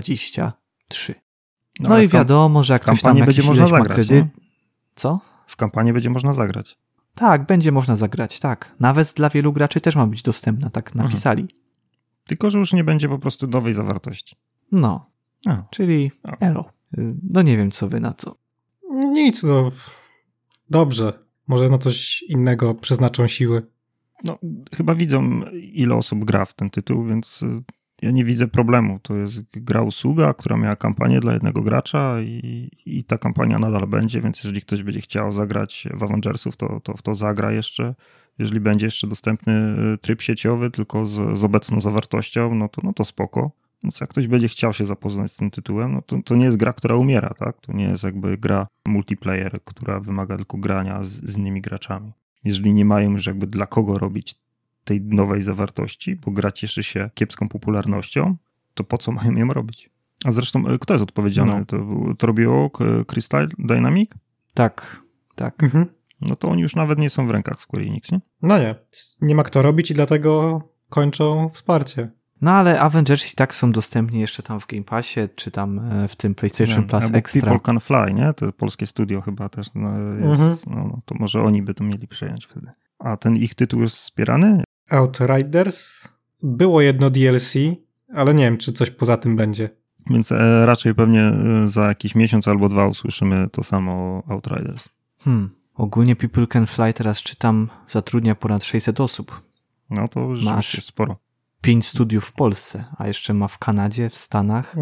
2023. No i wiadomo, że jak ktoś tam będzie można zagrać, kredyt... Co? W kampanii będzie można zagrać. Tak, będzie można zagrać, tak. Nawet dla wielu graczy też ma być dostępna, tak napisali. Tylko, że już nie będzie po prostu nowej zawartości. No, czyli elo. No nie wiem, co wy na to. Nic, no. Dobrze. Może na coś innego przeznaczą siły. No, chyba widzą, ile osób gra w ten tytuł, więc Ja nie widzę problemu. To jest gra usługa, która miała kampanię dla jednego gracza i ta kampania nadal będzie, więc jeżeli ktoś będzie chciał zagrać w Avengersów, to w to zagra jeszcze. Jeżeli będzie jeszcze dostępny tryb sieciowy, tylko z obecną zawartością, no to spoko. Więc jak ktoś będzie chciał się zapoznać z tym tytułem, no to nie jest gra, która umiera, tak? To nie jest jakby gra multiplayer, która wymaga tylko grania z innymi graczami. Jeżeli nie mają już jakby dla kogo robić tej nowej zawartości, bo gra cieszy się kiepską popularnością, to po co mają ją robić? A zresztą kto jest odpowiedzialny? To robiło Crystal Dynamics? Tak. Mhm. No to oni już nawet nie są w rękach Square Enix, nie? No nie. Nie ma kto robić i dlatego kończą wsparcie. No ale Avengers i tak są dostępni jeszcze tam w Game Passie, czy tam w tym PlayStation Plus Extra. People Can Fly, nie? To polskie studio chyba też jest. To może oni by to mieli przejąć wtedy. A ten ich tytuł jest wspierany? Outriders? Było jedno DLC, ale nie wiem, czy coś poza tym będzie. Więc raczej pewnie za jakiś miesiąc albo 2 usłyszymy to samo o Outriders. Ogólnie People Can Fly, teraz czytam, zatrudnia ponad 600 osób. No to rzeczywiście sporo. 5 studiów w Polsce, a jeszcze ma w Kanadzie, w Stanach.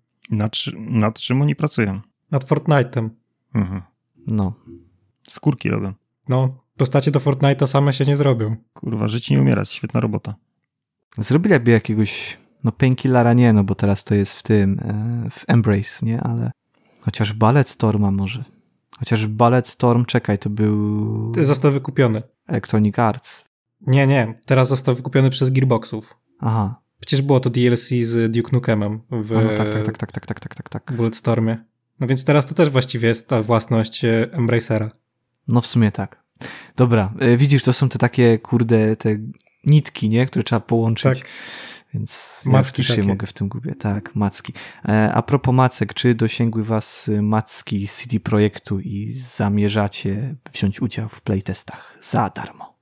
Nad czym oni pracują? Nad Fortnite'em. Mhm. No. Skórki robią. No, postacie do Fortnite'a same się nie zrobią. Kurwa, żyć nie umierać, świetna robota. Zrobiliby jakiegoś, Painkillera nie, bo teraz to jest w Embrace, nie, ale chociaż Bulletstorma może. Chociaż Bulletstorm, czekaj, to był... Został wykupiony. Electronic Arts. Nie, teraz został wykupiony przez Gearboxów. Aha. Przecież było to DLC z Duke Nukemem w tak. Bulletstormie. No więc teraz to też właściwie jest ta własność Embracera. No w sumie tak. Dobra, widzisz, to są te takie, te nitki, nie? Które trzeba połączyć. Tak. Więc macki ja się mogę w tym gubię. Tak, macki. A propos macek, czy dosięgły was macki CD Projektu i zamierzacie wziąć udział w playtestach za darmo?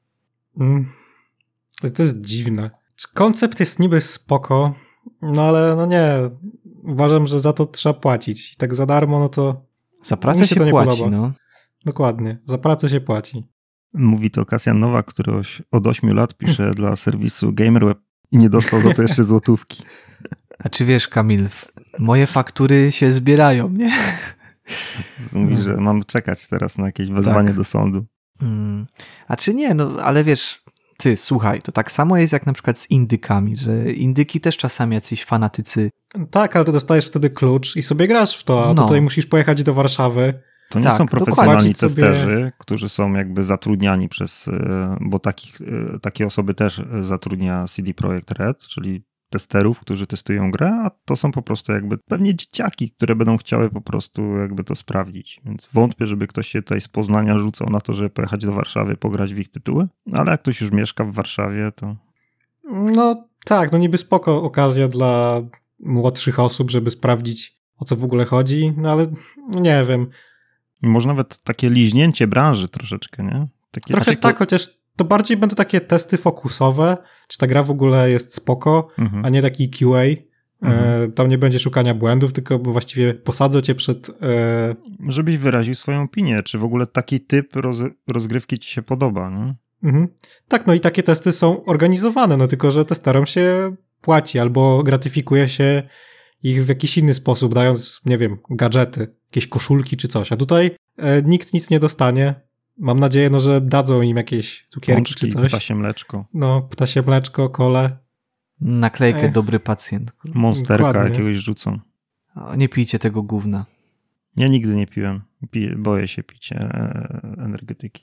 To jest dziwne. Koncept jest niby spoko, no ale no nie. Uważam, że za to trzeba płacić. I tak za darmo, no to... Za pracę się płaci, no. Dokładnie. Za pracę się płaci. Mówi to Kasjan Nowak, który od 8 lat pisze dla serwisu GamerWeb i nie dostał za to jeszcze złotówki. A czy wiesz, Kamil, moje faktury się zbierają, nie? Mówi, że mam czekać teraz na jakieś wezwanie do sądu. A czy nie, ale wiesz, ty, słuchaj, to tak samo jest jak na przykład z indykami, że indyki też czasami jacyś fanatycy... Tak, ale ty dostajesz wtedy klucz i sobie grasz w to, a tutaj musisz pojechać do Warszawy. To nie są profesjonalni testerzy, którzy są jakby zatrudniani bo takie osoby też zatrudnia CD Projekt Red, czyli testerów, którzy testują grę, a to są po prostu jakby pewnie dzieciaki, które będą chciały po prostu jakby to sprawdzić. Więc wątpię, żeby ktoś się tutaj z Poznania rzucał na to, żeby pojechać do Warszawy, pograć w ich tytuły, ale jak ktoś już mieszka w Warszawie, to... No tak, niby spoko okazja dla młodszych osób, żeby sprawdzić, o co w ogóle chodzi, no ale nie wiem. Może nawet takie liźnięcie branży troszeczkę, nie? Trochę tak, chociaż to bardziej będą takie testy fokusowe, czy ta gra w ogóle jest spoko, a nie taki QA. Tam nie będzie szukania błędów, tylko właściwie posadzę cię przed... Żebyś wyraził swoją opinię, czy w ogóle taki typ rozgrywki ci się podoba, nie? Tak, no i takie testy są organizowane, tylko że testerom się płaci albo gratyfikuje się ich w jakiś inny sposób, dając, nie wiem, gadżety, jakieś koszulki czy coś, a tutaj nikt nic nie dostanie. Mam nadzieję, że dadzą im jakieś cukierki pączki, czy coś. Ptasie mleczko. No, ptasie mleczko, kole. Naklejkę dobry pacjent. Monsterka dokładnie. Jakiegoś rzucą. Nie pijcie tego gówna. Ja nigdy nie piłem. Boję się pić energetyki.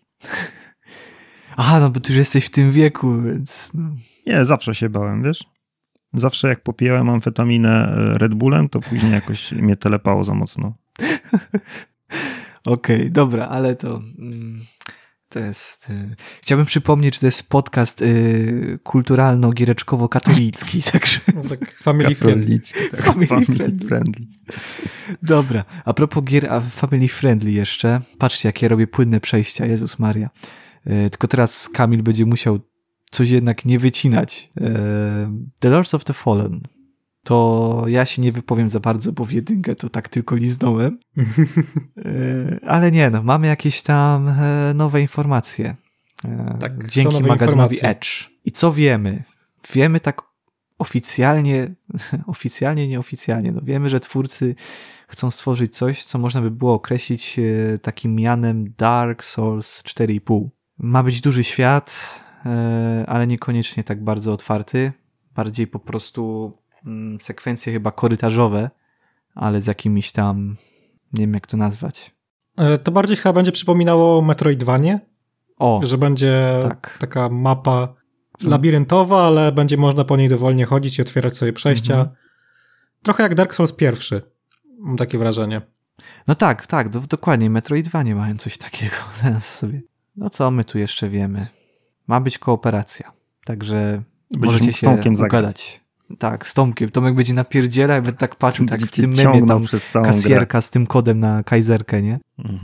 Aha, bo ty już jesteś w tym wieku, więc... No. Nie, zawsze się bałem, wiesz? Zawsze jak popijałem amfetaminę Red Bullem, to później jakoś mnie telepało za mocno. Okej, dobra, ale to jest... Chciałbym przypomnieć, że to jest podcast kulturalno-giereczkowo-katolicki, także... No tak family friendly. Tak, family friendly. Dobra, a propos gier family friendly jeszcze, patrzcie, jakie robię płynne przejścia, Jezus Maria. Tylko teraz Kamil będzie musiał coś jednak nie wycinać. The Lords of the Fallen. To ja się nie wypowiem za bardzo, bo w jedynkę to tak tylko liznąłem. Ale nie, mamy jakieś tam nowe informacje. Tak, dzięki magazynowi Edge. I co wiemy? Wiemy tak oficjalnie, nieoficjalnie. No wiemy, że twórcy chcą stworzyć coś, co można by było określić takim mianem Dark Souls 4,5. Ma być duży świat, ale niekoniecznie tak bardzo otwarty. Bardziej po prostu sekwencje chyba korytarzowe, ale z jakimiś tam, nie wiem jak to nazwać. To bardziej chyba będzie przypominało Metroidvanię. Że będzie taka mapa labiryntowa, ale będzie można po niej dowolnie chodzić i otwierać sobie przejścia. Trochę jak Dark Souls 1. Mam takie wrażenie. No tak, dokładnie. Metroidvanie mają coś takiego. Teraz sobie. No co my tu jeszcze wiemy? Ma być kooperacja. Także możecie się ugadać. Tak, z Tomkiem. Tomek będzie napierdziela, jakby tak patrzył, tak w tym memie tam kasjerka z tym kodem na kajzerkę, nie?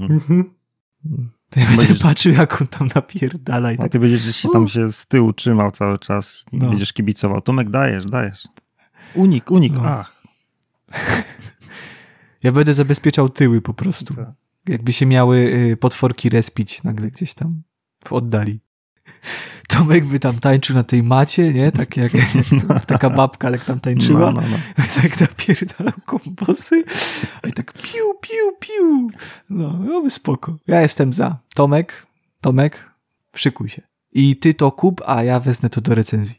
To ja będę patrzył, jak on tam napierdala. A ty będziesz tam się z tyłu trzymał cały czas i będziesz kibicował. Tomek, dajesz. Unik, ach. Ja będę zabezpieczał tyły po prostu. Tak. Jakby się miały potworki respić nagle gdzieś tam w oddali. Tomek by tam tańczył na tej macie, nie? Tak jak taka babka jak tam tańczyła. No. Tak napierdalał kombosy. I tak piu, piu, piu. No by spoko. Ja jestem za. Tomek, szykuj się. I ty to kup, a ja wezmę to do recenzji.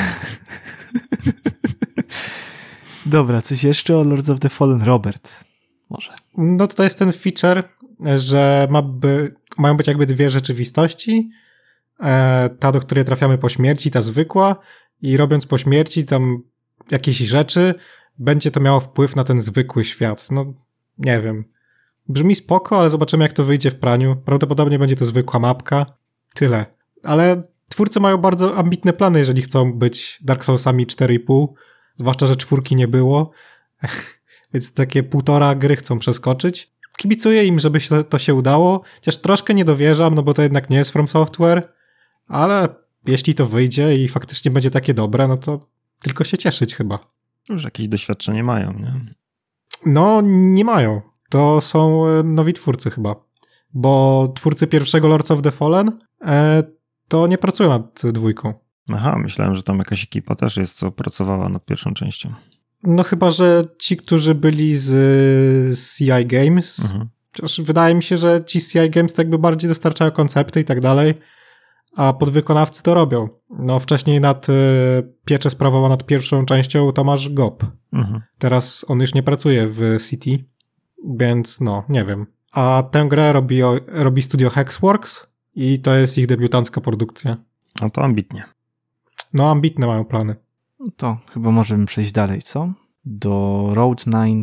Dobra, coś jeszcze o Lords of the Fallen? Robert, może. No to jest ten feature, że mają być jakby dwie rzeczywistości. Ta, do której trafiamy po śmierci, ta zwykła, i robiąc po śmierci tam jakieś rzeczy, będzie to miało wpływ na ten zwykły świat. No, nie wiem. Brzmi spoko, ale zobaczymy, jak to wyjdzie w praniu. Prawdopodobnie będzie to zwykła mapka. Tyle. Ale twórcy mają bardzo ambitne plany, jeżeli chcą być Dark Soulsami 4,5, zwłaszcza, że 4 nie było. Więc takie 1,5 gry chcą przeskoczyć. Kibicuję im, żeby to się udało, chociaż troszkę nie dowierzam, no bo to jednak nie jest From Software, ale jeśli to wyjdzie i faktycznie będzie takie dobre, no to tylko się cieszyć chyba. Już jakieś doświadczenie mają, nie? No, nie mają. To są nowi twórcy chyba. Bo twórcy pierwszego Lords of the Fallen to nie pracują nad 2. Aha, myślałem, że tam jakaś ekipa też jest, co pracowała nad pierwszą częścią. No chyba, że ci, którzy byli z CI Games, chociaż wydaje mi się, że ci z CI Games tak jakby bardziej dostarczają koncepty i tak dalej, a podwykonawcy to robią. No wcześniej pieczę sprawował nad pierwszą częścią Tomasz Gob. Teraz on już nie pracuje w City, więc no, nie wiem. A tę grę robi studio Hexworks i to jest ich debiutancka produkcja. A to ambitnie. No, ambitne mają plany. No to chyba możemy przejść dalej, co? Do Road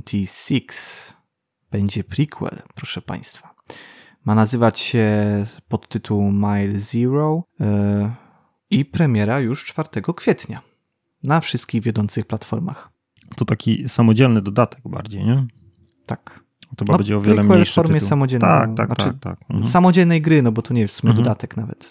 96 będzie prequel, proszę Państwa. Ma nazywać się podtytuł Mile Zero i premiera już 4 kwietnia na wszystkich wiodących platformach. To taki samodzielny dodatek bardziej, nie? Tak. To chyba będzie o wiele mniejszy w formie tytuł. samodzielnej. Tak. Samodzielnej gry, no bo to nie jest w sumie dodatek nawet.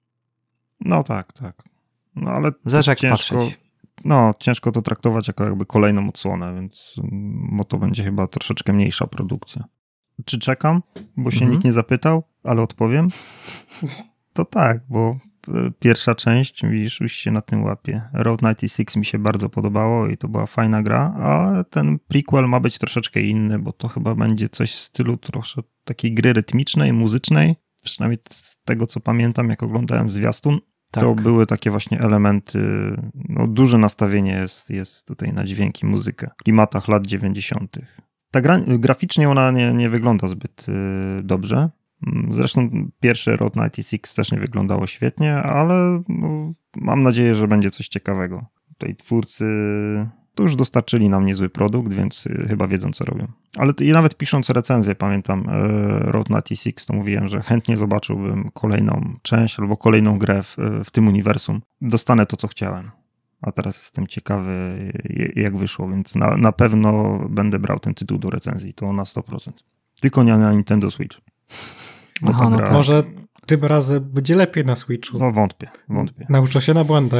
No tak. No ale zależy jak patrzeć. No, ciężko to traktować jako jakby kolejną odsłonę, więc bo to będzie chyba troszeczkę mniejsza produkcja. Czy czekam? Bo się nikt nie zapytał, ale odpowiem. To tak, bo pierwsza część, widzisz, już się na tym łapie. Road 96 mi się bardzo podobało i to była fajna gra, ale ten prequel ma być troszeczkę inny, bo to chyba będzie coś w stylu troszkę takiej gry rytmicznej, muzycznej. Przynajmniej z tego, co pamiętam, jak oglądałem zwiastun. Tak. To były takie właśnie elementy, no duże nastawienie jest tutaj na dźwięki, muzykę w klimatach lat 90. Ta graficznie ona nie wygląda zbyt dobrze. Zresztą pierwszy Road 96 też nie wyglądało świetnie, ale no, mam nadzieję, że będzie coś ciekawego. Tutaj twórcy to już dostarczyli nam niezły produkt, więc chyba wiedzą, co robią. Ale i nawet pisząc recenzję, pamiętam Road 96, to mówiłem, że chętnie zobaczyłbym kolejną część albo kolejną grę w tym uniwersum. Dostanę to, co chciałem. A teraz jestem ciekawy, jak wyszło, więc na pewno będę brał ten tytuł do recenzji, to na 100%. Tylko nie na Nintendo Switch. Aha, no może tym razem będzie lepiej na Switchu. No wątpię. Nauczę się na błędach.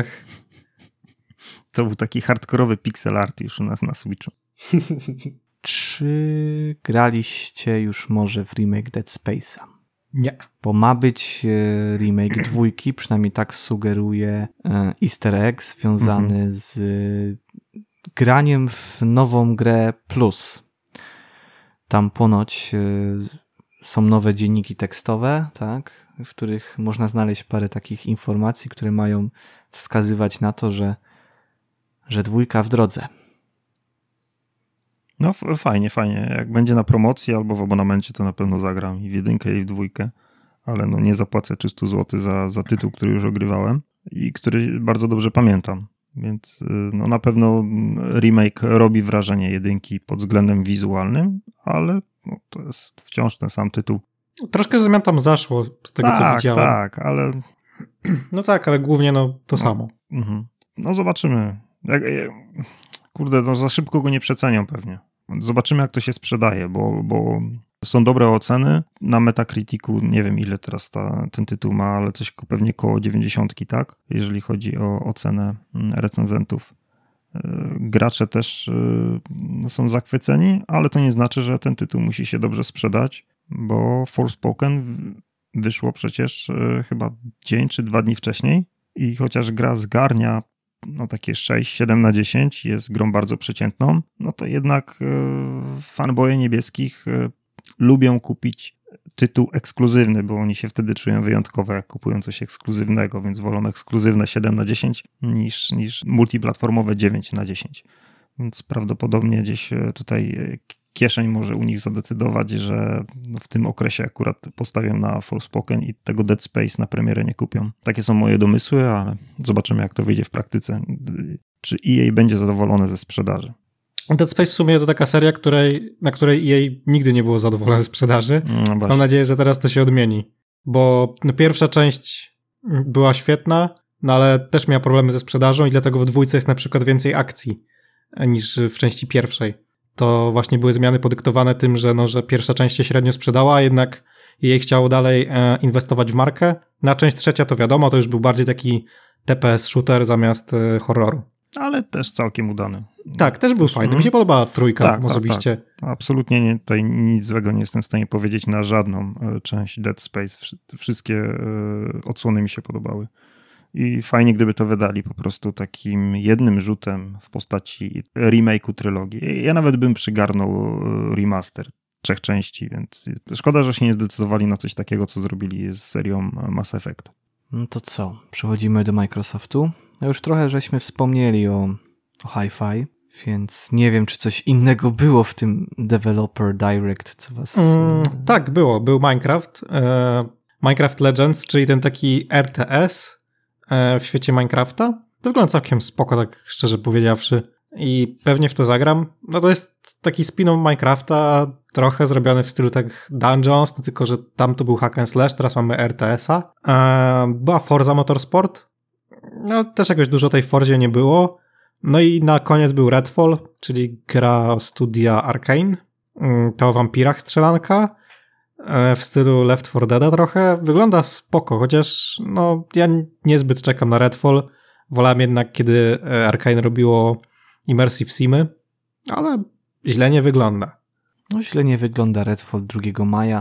To był taki hardkorowy pixel art już u nas na Switchu. Czy graliście już może w remake Dead Space'a? Nie. Bo ma być remake 2, przynajmniej tak sugeruje easter egg związany z graniem w nową grę Plus. Tam ponoć są nowe dzienniki tekstowe, tak, w których można znaleźć parę takich informacji, które mają wskazywać na to, że 2 w drodze. No fajnie. Jak będzie na promocji albo w abonamencie, to na pewno zagram i w 1 i w 2, ale no nie zapłacę 300 zł za tytuł, który już ogrywałem i który bardzo dobrze pamiętam. Więc no na pewno remake robi wrażenie 1 pod względem wizualnym, ale no to jest wciąż ten sam tytuł. Troszkę zmian tam zaszło z tego, co widziałem. Tak, ale... No tak, ale głównie to samo. No zobaczymy. Kurde, no za szybko go nie przecenią pewnie. Zobaczymy, jak to się sprzedaje, bo są dobre oceny. Na Metacriticu nie wiem, ile teraz ten tytuł ma, ale coś pewnie koło 90, tak? Jeżeli chodzi o ocenę recenzentów. Gracze też są zachwyceni, ale to nie znaczy, że ten tytuł musi się dobrze sprzedać, bo Forspoken wyszło przecież chyba dzień czy 2 dni wcześniej i chociaż gra zgarnia no takie 6-7 na 10, jest grą bardzo przeciętną, no to jednak fanboye niebieskich lubią kupić tytuł ekskluzywny, bo oni się wtedy czują wyjątkowo, jak kupują coś ekskluzywnego, więc wolą ekskluzywne 7 na 10 niż multiplatformowe 9 na 10. Więc prawdopodobnie gdzieś tutaj kieszeń może u nich zadecydować, że w tym okresie akurat postawią na Forspoken i tego Dead Space na premierę nie kupią. Takie są moje domysły, ale zobaczymy, jak to wyjdzie w praktyce. Czy EA będzie zadowolone ze sprzedaży. Dead Space w sumie to taka seria, na której EA nigdy nie było zadowolone ze sprzedaży. No mam nadzieję, że teraz to się odmieni. Bo pierwsza część była świetna, no ale też miała problemy ze sprzedażą i dlatego w 2 jest na przykład więcej akcji niż w części pierwszej. To właśnie były zmiany podyktowane tym, że pierwsza część się średnio sprzedała, a jednak jej chciało dalej inwestować w markę. Na część trzecia to wiadomo, to już był bardziej taki TPS shooter zamiast horroru. Ale też całkiem udany. Tak, też był fajny. Mi się podobała 3 osobiście. Tak. Absolutnie tutaj nic złego nie jestem w stanie powiedzieć na żadną część Dead Space. Wszystkie odsłony mi się podobały. I fajnie, gdyby to wydali po prostu takim jednym rzutem w postaci remake'u trylogii. Ja nawet bym przygarnął remaster 3 części, więc szkoda, że się nie zdecydowali na coś takiego, co zrobili z serią Mass Effect. No to co? Przechodzimy do Microsoftu. Już trochę żeśmy wspomnieli o Hi-Fi, więc nie wiem, czy coś innego było w tym Developer Direct, co was... Tak, było. Był Minecraft. Minecraft Legends, czyli ten taki RTS w świecie Minecrafta. To wygląda całkiem spoko, tak szczerze powiedziawszy. I pewnie w to zagram. No to jest taki spin-off Minecrafta, trochę zrobiony w stylu tak Dungeons, no tylko że tam to był hack and slash, teraz mamy RTS-a. Była Forza Motorsport. No też jakoś dużo tej Forzie nie było. No i na koniec był Redfall, czyli gra studia Arkane. To o wampirach strzelanka w stylu Left 4 Dead trochę. Wygląda spoko, chociaż no ja niezbyt czekam na Redfall. Wolałem jednak, kiedy Arkane robiło Immersive Simy, ale źle nie wygląda. No źle nie wygląda Redfall 2 maja,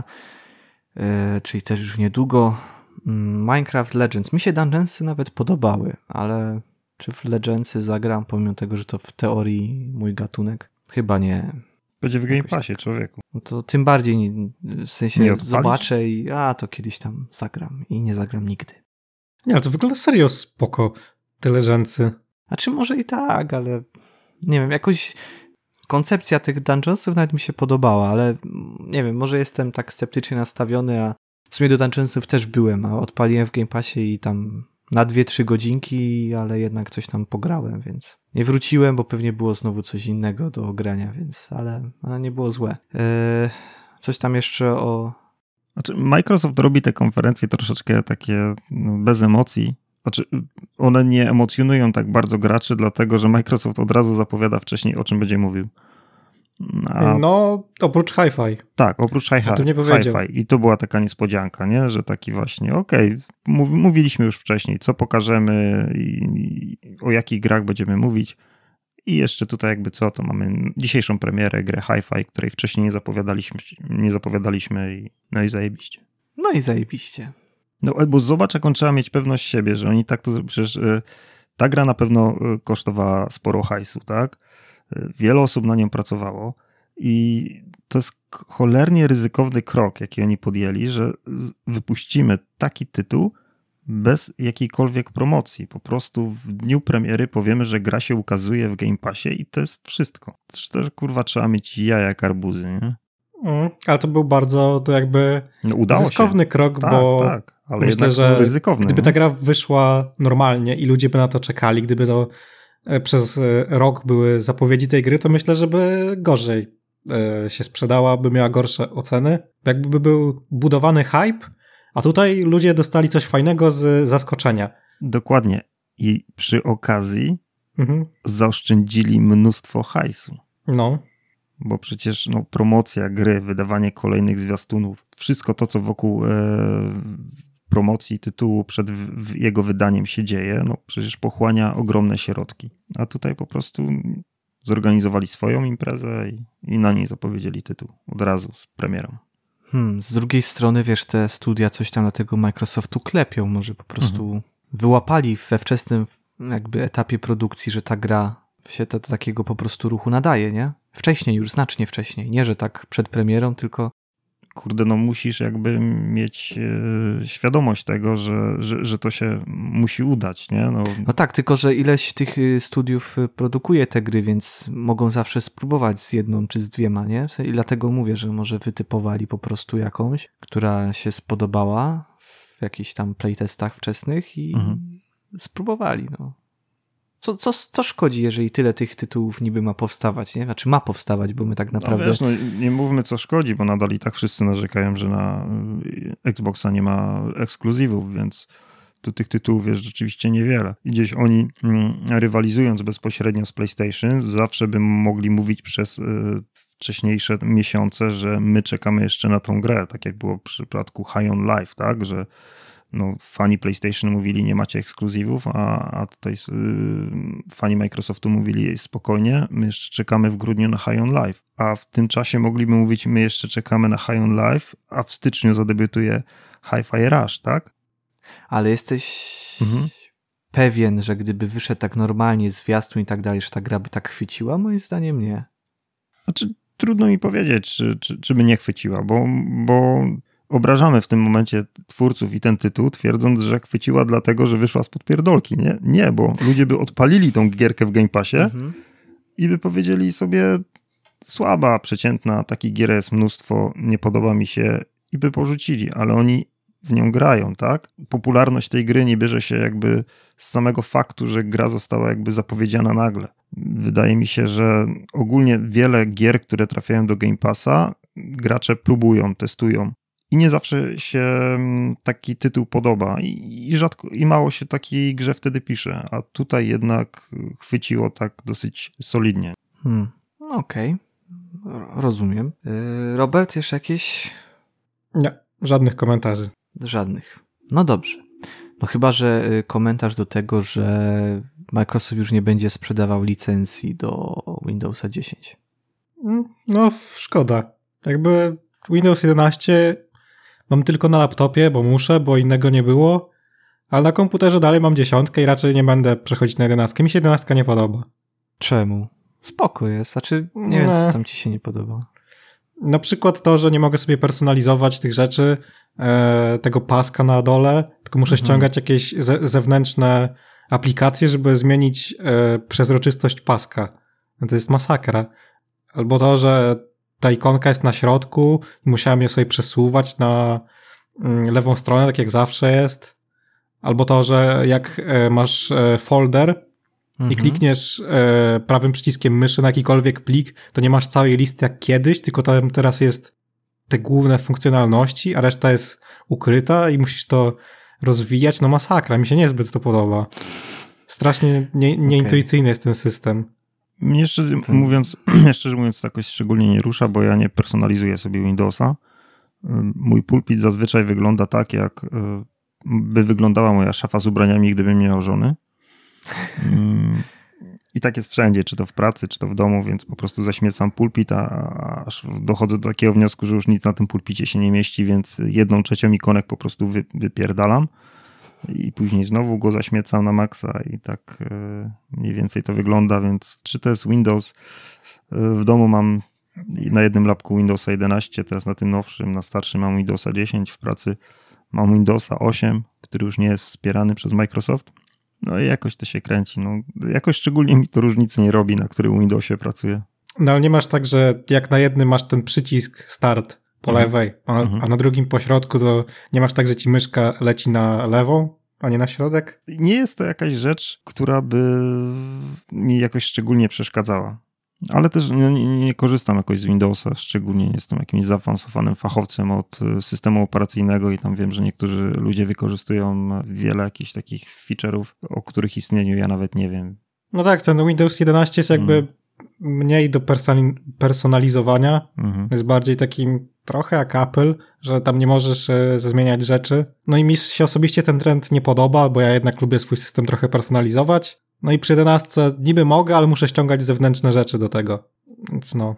czyli też już niedługo. Minecraft Legends. Mi się Dungeonsy nawet podobały, ale czy w Legendsy zagram, pomimo tego, że to w teorii mój gatunek? Chyba nie. Będzie w Game Passie, człowieku. No to tym bardziej, w sensie zobaczę i to kiedyś tam zagram i nie zagram nigdy. Nie, ale to wygląda serio spoko, te Legendsy. A czy może i tak, ale nie wiem, jakoś koncepcja tych Dungeonsów nawet mi się podobała, ale nie wiem, może jestem tak sceptycznie nastawiony, a w sumie do Dungeonsów też byłem, a odpaliłem w Game Passie i tam na 2-3 godzinki, ale jednak coś tam pograłem, więc nie wróciłem, bo pewnie było znowu coś innego do grania, więc, ale nie było złe. Coś tam jeszcze o... Znaczy, Microsoft robi te konferencje troszeczkę takie bez emocji. Znaczy, one nie emocjonują tak bardzo graczy, dlatego że Microsoft od razu zapowiada wcześniej, o czym będzie mówił. No, oprócz Hi-Fi. Tak, oprócz Hi-Fi. I to była taka niespodzianka, nie? Że taki właśnie, mówiliśmy już wcześniej, co pokażemy i o jakich grach będziemy mówić. I jeszcze tutaj jakby co, to mamy dzisiejszą premierę, grę Hi-Fi, której wcześniej nie zapowiadaliśmy i zajebiście. No i zajebiście. No bo zobacz, jaką trzeba mieć pewność siebie, że oni tak to... Przecież ta gra na pewno kosztowała sporo hajsu, tak? Wiele osób na nią pracowało i to jest cholernie ryzykowny krok, jaki oni podjęli, że wypuścimy taki tytuł bez jakiejkolwiek promocji. Po prostu w dniu premiery powiemy, że gra się ukazuje w Game Passie i to jest wszystko. Też kurwa trzeba mieć jaja jak arbuzy, nie? Ale to był bardzo zyskowny krok, tak, bo tak, ale myślę, że ryzykowny, gdyby ta gra wyszła normalnie i ludzie by na to czekali, gdyby to przez rok były zapowiedzi tej gry, to myślę, że by gorzej się sprzedała, by miała gorsze oceny. Jakby był budowany hype, a tutaj ludzie dostali coś fajnego z zaskoczenia. Dokładnie. I przy okazji zaoszczędzili mnóstwo hajsu. No. Bo przecież promocja gry, wydawanie kolejnych zwiastunów, wszystko to, co wokół promocji tytułu przed jego wydaniem się dzieje, przecież pochłania ogromne środki. A tutaj po prostu zorganizowali swoją imprezę i na niej zapowiedzieli tytuł od razu z premierą. Z drugiej strony, wiesz, te studia coś tam na tego Microsoftu klepią, może po prostu wyłapali we wczesnym jakby etapie produkcji, że ta gra się do takiego po prostu ruchu nadaje, nie? Wcześniej, już znacznie wcześniej. Nie, że tak przed premierą, tylko... Kurde, musisz jakby mieć świadomość tego, że to się musi udać, nie? No tak, tylko że ileś tych studiów produkuje te gry, więc mogą zawsze spróbować z jedną czy z dwiema, nie? I dlatego mówię, że może wytypowali po prostu jakąś, która się spodobała w jakichś tam playtestach wczesnych i spróbowali, Co szkodzi, jeżeli tyle tych tytułów niby ma powstawać, nie? Znaczy ma powstawać, bo my tak naprawdę... nie mówmy co szkodzi, bo nadal i tak wszyscy narzekają, że na Xboxa nie ma ekskluzywów, więc to tych tytułów jest rzeczywiście niewiele. I gdzieś oni rywalizując bezpośrednio z PlayStation zawsze by mogli mówić przez wcześniejsze miesiące, że my czekamy jeszcze na tą grę, tak jak było w przypadku High on Life, tak? Że fani PlayStation mówili, nie macie ekskluzywów, a tutaj fani Microsoftu mówili, spokojnie, my jeszcze czekamy w grudniu na High on Life. A w tym czasie mogliby mówić, my jeszcze czekamy na High on Life, a w styczniu zadebiutuje Hi-Fi Rush, tak? Ale jesteś pewien, że gdyby wyszedł tak normalnie zwiastun i tak dalej, że ta gra by tak chwyciła? Moim zdaniem nie. Znaczy, trudno mi powiedzieć, czy by nie chwyciła, bo obrażamy w tym momencie twórców i ten tytuł, twierdząc, że chwyciła dlatego, że wyszła spod pierdolki. Nie, bo ludzie by odpalili tą gierkę w Game Passie i by powiedzieli sobie, słaba, przeciętna, takich gier jest mnóstwo, nie podoba mi się i by porzucili, ale oni w nią grają, tak? Popularność tej gry nie bierze się jakby z samego faktu, że gra została jakby zapowiedziana nagle. Wydaje mi się, że ogólnie wiele gier, które trafiają do Game Passa, gracze próbują, testują. I nie zawsze się taki tytuł podoba i mało się takiej grze wtedy pisze, a tutaj jednak chwyciło tak dosyć solidnie. Okej. Rozumiem. Robert, jeszcze jakieś? Nie, żadnych komentarzy. Żadnych. No dobrze. No chyba, że komentarz do tego, że Microsoft już nie będzie sprzedawał licencji do Windowsa 10. No szkoda. Jakby Windows 11 mam tylko na laptopie, bo muszę, bo innego nie było, ale na komputerze dalej mam 10 i raczej nie będę przechodzić na 11. Mi się 11 nie podoba. Czemu? Spoko jest. Znaczy, nie wiem, co tam ci się nie podoba. Na przykład to, że nie mogę sobie personalizować tych rzeczy, tego paska na dole, tylko muszę ściągać jakieś zewnętrzne aplikacje, żeby zmienić przezroczystość paska. To jest masakra. Albo to, że ta ikonka jest na środku i musiałem ją sobie przesuwać na lewą stronę, tak jak zawsze jest. Albo to, że jak masz folder i klikniesz prawym przyciskiem myszy na jakikolwiek plik, to nie masz całej listy jak kiedyś, tylko tam teraz jest te główne funkcjonalności, a reszta jest ukryta i musisz to rozwijać. No masakra, mi się niezbyt to podoba. Strasznie nieintuicyjny jest ten system. Mnie szczerze mówiąc to jakoś szczególnie nie rusza, bo ja nie personalizuję sobie Windowsa. Mój pulpit zazwyczaj wygląda tak, jak by wyglądała moja szafa z ubraniami, gdybym nie miał żony. I tak jest wszędzie, czy to w pracy, czy to w domu, więc po prostu zaśmiecam pulpit, aż dochodzę do takiego wniosku, że już nic na tym pulpicie się nie mieści, więc 1/3 ikonek po prostu wypierdalam i później znowu go zaśmiecam na maksa i tak mniej więcej to wygląda, więc czy to jest Windows? W domu mam na jednym lapku Windowsa 11, teraz na tym nowszym, na starszym mam Windowsa 10, w pracy mam Windowsa 8, który już nie jest wspierany przez Microsoft. No i jakoś to się kręci. No, jakoś szczególnie mi to różnicy nie robi, na którym Windowsie pracuję. No ale nie masz tak, że jak na jednym masz ten przycisk start po lewej, a na drugim po środku to nie masz tak, że ci myszka leci na lewą, a nie na środek? Nie jest to jakaś rzecz, która by mi jakoś szczególnie przeszkadzała. Ale też nie korzystam jakoś z Windowsa, szczególnie nie jestem jakimś zaawansowanym fachowcem od systemu operacyjnego i tam wiem, że niektórzy ludzie wykorzystują wiele jakichś takich feature'ów, o których istnieniu ja nawet nie wiem. No tak, ten Windows 11 jest jakby mniej do personalizowania, jest bardziej takim trochę jak Apple, że tam nie możesz zmieniać rzeczy. No i mi się osobiście ten trend nie podoba, bo ja jednak lubię swój system trochę personalizować. No i przy 11 niby mogę, ale muszę ściągać zewnętrzne rzeczy do tego. Więc no.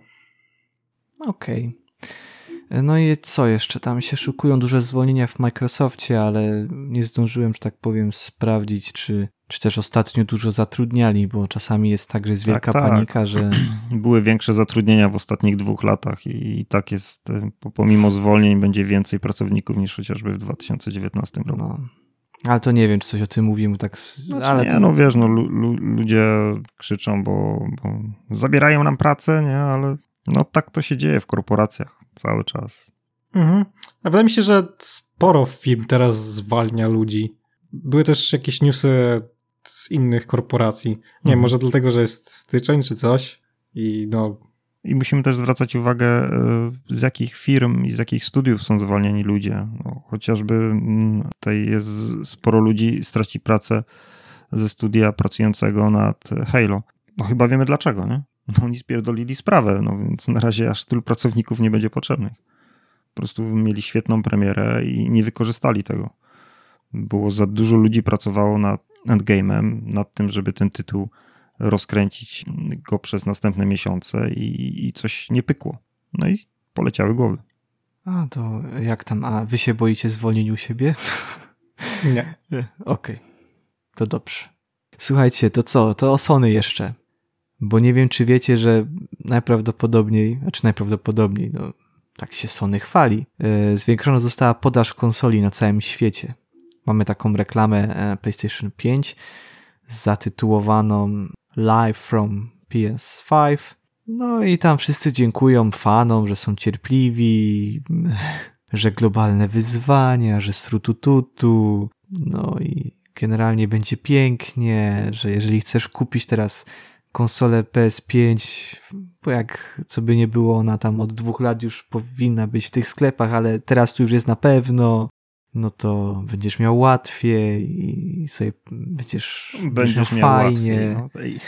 Okej. No i co jeszcze? Tam się szykują duże zwolnienia w Microsoftie, ale nie zdążyłem, że tak powiem, sprawdzić, czy też ostatnio dużo zatrudniali, bo czasami jest tak, że jest wielka panika, że... Były większe zatrudnienia w ostatnich 2 latach i tak jest, pomimo zwolnień będzie więcej pracowników niż chociażby w 2019 roku. No. Ale to nie wiem, czy coś o tym mówimy tak... Ale nie, no wiesz, no ludzie krzyczą, bo zabierają nam pracę, nie, ale no tak to się dzieje w korporacjach cały czas. A wydaje mi się, że sporo firm teraz zwalnia ludzi. Były też jakieś newsy z innych korporacji. Nie wiem, może dlatego, że jest styczeń czy coś I musimy też zwracać uwagę, z jakich firm i z jakich studiów są zwalniani ludzie. No, chociażby tutaj jest sporo ludzi straci pracę ze studia pracującego nad Halo. No chyba wiemy dlaczego, nie? No, oni spierdolili sprawę, no więc na razie aż tylu pracowników nie będzie potrzebnych. Po prostu mieli świetną premierę i nie wykorzystali tego. Było za dużo ludzi pracowało nad endgame'em, nad tym, żeby ten tytuł rozkręcić go przez następne miesiące i coś nie pykło. No i poleciały głowy. A to jak tam? A wy się boicie zwolnieniu siebie? Nie. Okej. To dobrze. Słuchajcie, to co? To o Sony jeszcze. Bo nie wiem, czy wiecie, że najprawdopodobniej, no tak się Sony chwali, zwiększona została podaż konsoli na całym świecie. Mamy taką reklamę PlayStation 5 zatytułowaną Live from PS5. No i tam wszyscy dziękują fanom, że są cierpliwi, że globalne wyzwania, że srutututu. No i generalnie będzie pięknie, że jeżeli chcesz kupić teraz konsolę PS5, bo jak co by nie było, ona tam od 2 lat już powinna być w tych sklepach, ale teraz tu już jest na pewno, no to będziesz miał łatwiej i sobie będziesz miał fajnie. Łatwiej,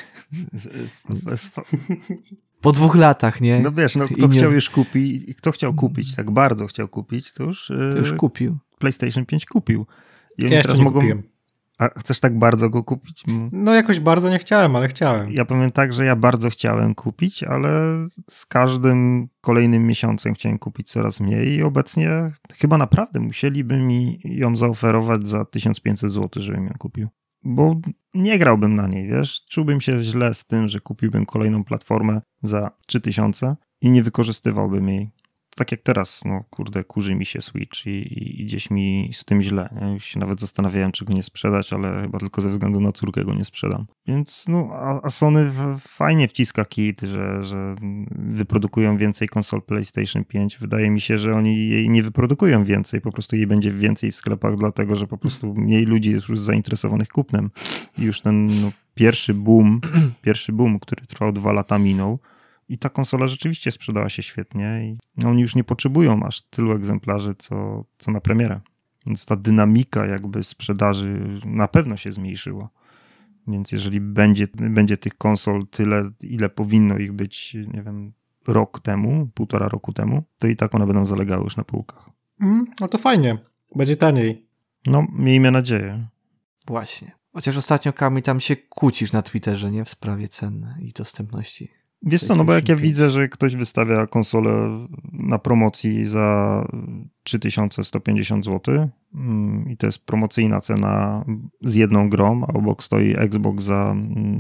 no. Po 2 latach, nie? No wiesz, no kto chciał kupić, tak bardzo chciał kupić, to już kupił. PlayStation 5 kupił. I oni ja teraz mogą... Kupiłem. A chcesz tak bardzo go kupić? No jakoś bardzo nie chciałem, ale chciałem. Ja powiem tak, że ja bardzo chciałem kupić, ale z każdym kolejnym miesiącem chciałem kupić coraz mniej i obecnie chyba naprawdę musieliby mi ją zaoferować za 1500 zł, żebym ją kupił. Bo nie grałbym na niej, wiesz? Czułbym się źle z tym, że kupiłbym kolejną platformę za 3000 i nie wykorzystywałbym jej. Tak jak teraz, no kurde, kurzy mi się Switch i gdzieś mi z tym źle. Ja już się nawet zastanawiałem, czy go nie sprzedać, ale chyba tylko ze względu na córkę go nie sprzedam. Więc no, a Sony fajnie wciska kit, że wyprodukują więcej konsol PlayStation 5. Wydaje mi się, że oni jej nie wyprodukują więcej, po prostu jej będzie więcej w sklepach, dlatego że po prostu mniej ludzi jest już zainteresowanych kupnem. I już ten pierwszy boom, który trwał 2 lata minął. I ta konsola rzeczywiście sprzedała się świetnie i oni już nie potrzebują aż tylu egzemplarzy, co na premierę. Więc ta dynamika jakby sprzedaży na pewno się zmniejszyła. Więc jeżeli będzie tych konsol tyle, ile powinno ich być, nie wiem, rok temu, 1,5 roku temu, to i tak one będą zalegały już na półkach. No to fajnie. Będzie taniej. No, miejmy nadzieję. Właśnie. Chociaż ostatnio, Kamil, tam się kłócisz na Twitterze, nie? W sprawie cen i dostępności. Wiesz co, no bo jak ja widzę, że ktoś wystawia konsolę na promocji za 3150 zł i to jest promocyjna cena z jedną grą, a obok stoi Xbox za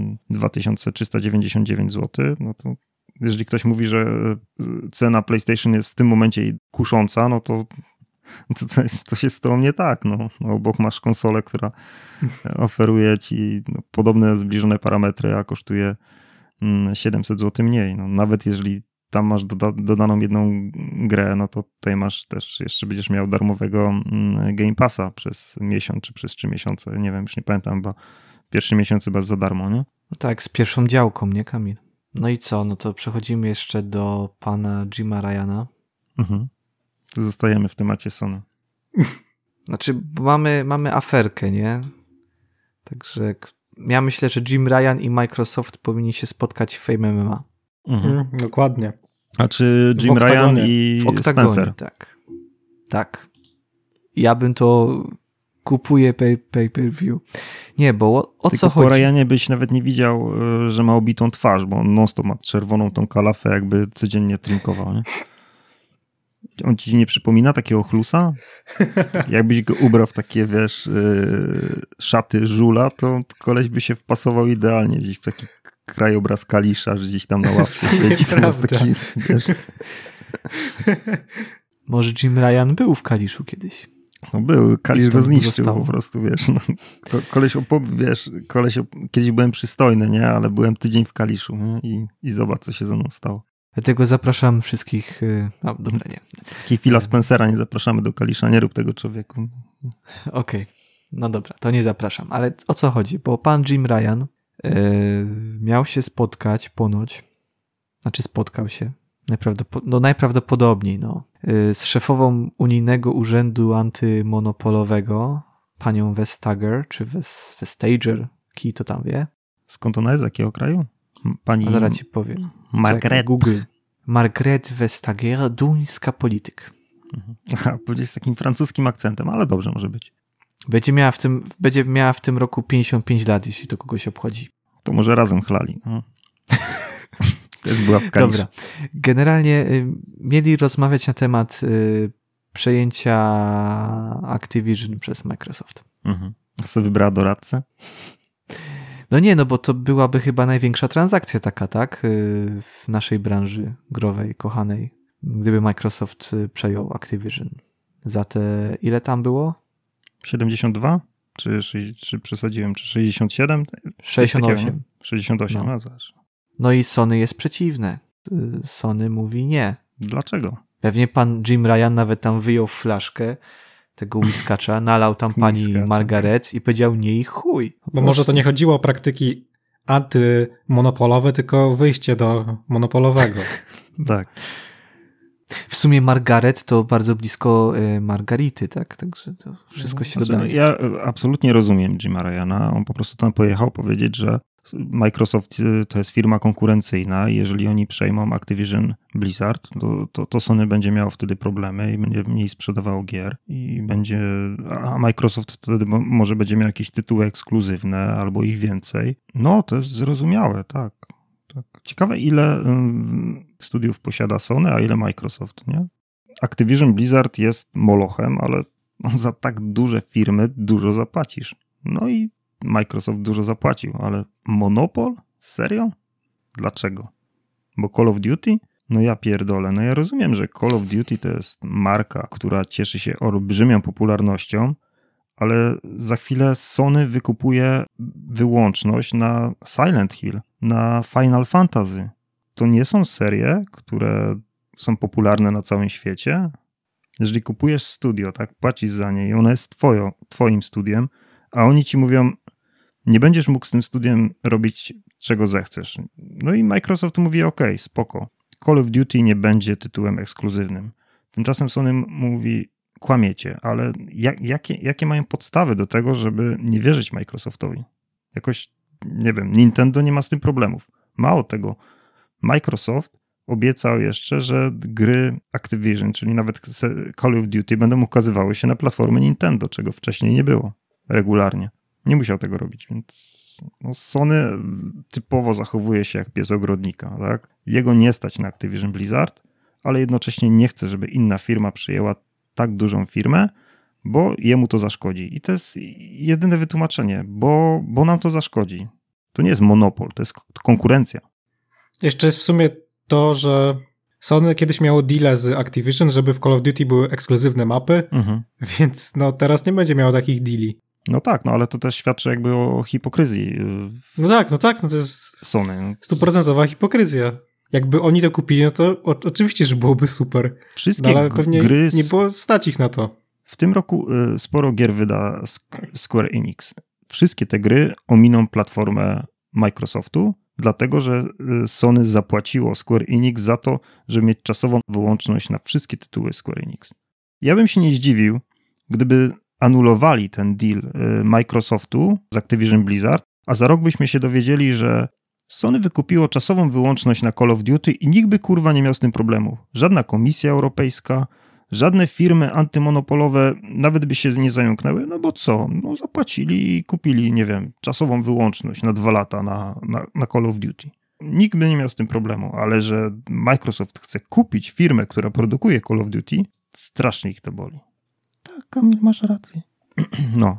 2399 zł, no to jeżeli ktoś mówi, że cena PlayStation jest w tym momencie kusząca, no to coś jest z tobą nie tak. No, obok masz konsolę, która oferuje ci podobne zbliżone parametry, a kosztuje 700 zł mniej. No, nawet jeżeli tam masz dodaną jedną grę, no to tutaj masz też, jeszcze będziesz miał darmowego Game Passa przez miesiąc czy przez 3 miesiące. Nie wiem, już nie pamiętam, chyba pierwszy miesiąc chyba za darmo, nie? No tak, z pierwszą działką, nie, Kamil? No i co? No to przechodzimy jeszcze do pana Jima Ryana. To zostajemy w temacie Sony. Znaczy, mamy aferkę, nie? Także ja myślę, że Jim Ryan i Microsoft powinni się spotkać w Fame MMA. Dokładnie. A czy Jim Ryan i Spencer? Tak. Ja bym to kupuję pay-per-view. Nie, bo o co chodzi? Po Ryanie byś nawet nie widział, że ma obitą twarz, bo on non-stop ma czerwoną tą kalafę, jakby codziennie trinkował, nie? On ci nie przypomina takiego chlusa? Jakbyś go ubrał w takie, wiesz, szaty żula, to koleś by się wpasował idealnie gdzieś w taki krajobraz Kalisza, że gdzieś tam na ławce siedzi. Taki, wiesz. Może Jim Ryan był w Kaliszu kiedyś. No był, Kalisz go zniszczył po prostu, wiesz. No. Koleś, kiedyś byłem przystojny, nie? Ale byłem tydzień w Kaliszu, nie? I zobacz, co się ze mną stało. Dlatego zapraszam wszystkich... dobra, nie. Taki Phila Spencera nie zapraszamy do Kalisza, nie rób tego, człowieku. Okej. No dobra, to nie zapraszam. Ale o co chodzi? Bo pan Jim Ryan miał się spotkać ponoć, znaczy spotkał się najprawdopodobniej z szefową Unijnego Urzędu Antymonopolowego, panią Vestager, czy Vestager, kij to tam wie. Skąd ona jest? Z jakiego kraju? Pani... A zaraz ci powiem. Margaret. Google. Margaret Vestager, duńska polityk. Aha, powiedzieć z takim francuskim akcentem, ale dobrze może być. Będzie miała w tym roku 55 lat, jeśli to kogoś obchodzi. To może razem chlali. No. Też była w Kaliszu. Dobra. Generalnie mieli rozmawiać na temat przejęcia Activision przez Microsoft. Co wybrała doradcę? No nie, no bo to byłaby chyba największa transakcja taka, tak? W naszej branży growej, kochanej. Gdyby Microsoft przejął Activision. Za te... Ile tam było? 72? Czy przesadziłem? Czy 67? 68. 68, no zobacz. No i Sony jest przeciwne. Sony mówi nie. Dlaczego? Pewnie pan Jim Ryan nawet tam wyjął flaszkę tego whiskacza, nalał tam pani Margaret i powiedział nie i chuj. Bo może to nie chodziło o praktyki antymonopolowe, tylko wyjście do monopolowego. Tak. W sumie Margaret to bardzo blisko Margarity, tak? Także to wszystko się dodaje. Ja absolutnie rozumiem Jima Ryana. On po prostu tam pojechał powiedzieć, że Microsoft to jest firma konkurencyjna i jeżeli oni przejmą Activision Blizzard, to Sony będzie miało wtedy problemy i będzie mniej sprzedawało gier a Microsoft wtedy może będzie miał jakieś tytuły ekskluzywne albo ich więcej. No, to jest zrozumiałe, tak. Ciekawe, ile studiów posiada Sony, a ile Microsoft, nie? Activision Blizzard jest molochem, ale za tak duże firmy dużo zapłacisz. No i Microsoft dużo zapłacił, ale monopol? Serio? Dlaczego? Bo Call of Duty? No ja pierdolę. No ja rozumiem, że Call of Duty to jest marka, która cieszy się olbrzymią popularnością, ale za chwilę Sony wykupuje wyłączność na Silent Hill, na Final Fantasy. To nie są serie, które są popularne na całym świecie. Jeżeli kupujesz studio, tak, płacisz za nie i ona jest twoim studiem, a oni ci mówią, nie będziesz mógł z tym studiem robić czego zechcesz. No i Microsoft mówi, okej, spoko. Call of Duty nie będzie tytułem ekskluzywnym. Tymczasem Sony mówi, kłamiecie, ale jakie mają podstawy do tego, żeby nie wierzyć Microsoftowi? Jakoś, nie wiem, Nintendo nie ma z tym problemów. Mało tego, Microsoft obiecał jeszcze, że gry Activision, czyli nawet Call of Duty będą ukazywały się na platformy Nintendo, czego wcześniej nie było regularnie. Nie musiał tego robić, więc Sony typowo zachowuje się jak pies ogrodnika, tak? Jego nie stać na Activision Blizzard, ale jednocześnie nie chce, żeby inna firma przyjęła tak dużą firmę, bo jemu to zaszkodzi. I to jest jedyne wytłumaczenie, bo nam to zaszkodzi. To nie jest monopol, to jest konkurencja. Jeszcze jest w sumie to, że Sony kiedyś miało deale z Activision, żeby w Call of Duty były ekskluzywne mapy, więc teraz nie będzie miało takich deali. No tak, ale to też świadczy jakby o hipokryzji. No tak, to jest Sony. 100% hipokryzja. Jakby oni to kupili, to oczywiście, że byłoby super. Wszystkie ale pewnie gry nie było stać ich na to. W tym roku sporo gier wyda Square Enix. Wszystkie te gry ominą platformę Microsoftu, dlatego że Sony zapłaciło Square Enix za to, żeby mieć czasową wyłączność na wszystkie tytuły Square Enix. Ja bym się nie zdziwił, gdyby anulowali ten deal Microsoftu z Activision Blizzard, a za rok byśmy się dowiedzieli, że Sony wykupiło czasową wyłączność na Call of Duty i nikt by kurwa nie miał z tym problemu. Żadna Komisja Europejska, żadne firmy antymonopolowe nawet by się nie zająknęły, no bo co? No zapłacili i kupili, nie wiem, czasową wyłączność na 2 lata na Call of Duty. Nikt by nie miał z tym problemu, ale że Microsoft chce kupić firmę, która produkuje Call of Duty, strasznie ich to boli. Tak, Kamil, masz rację. No.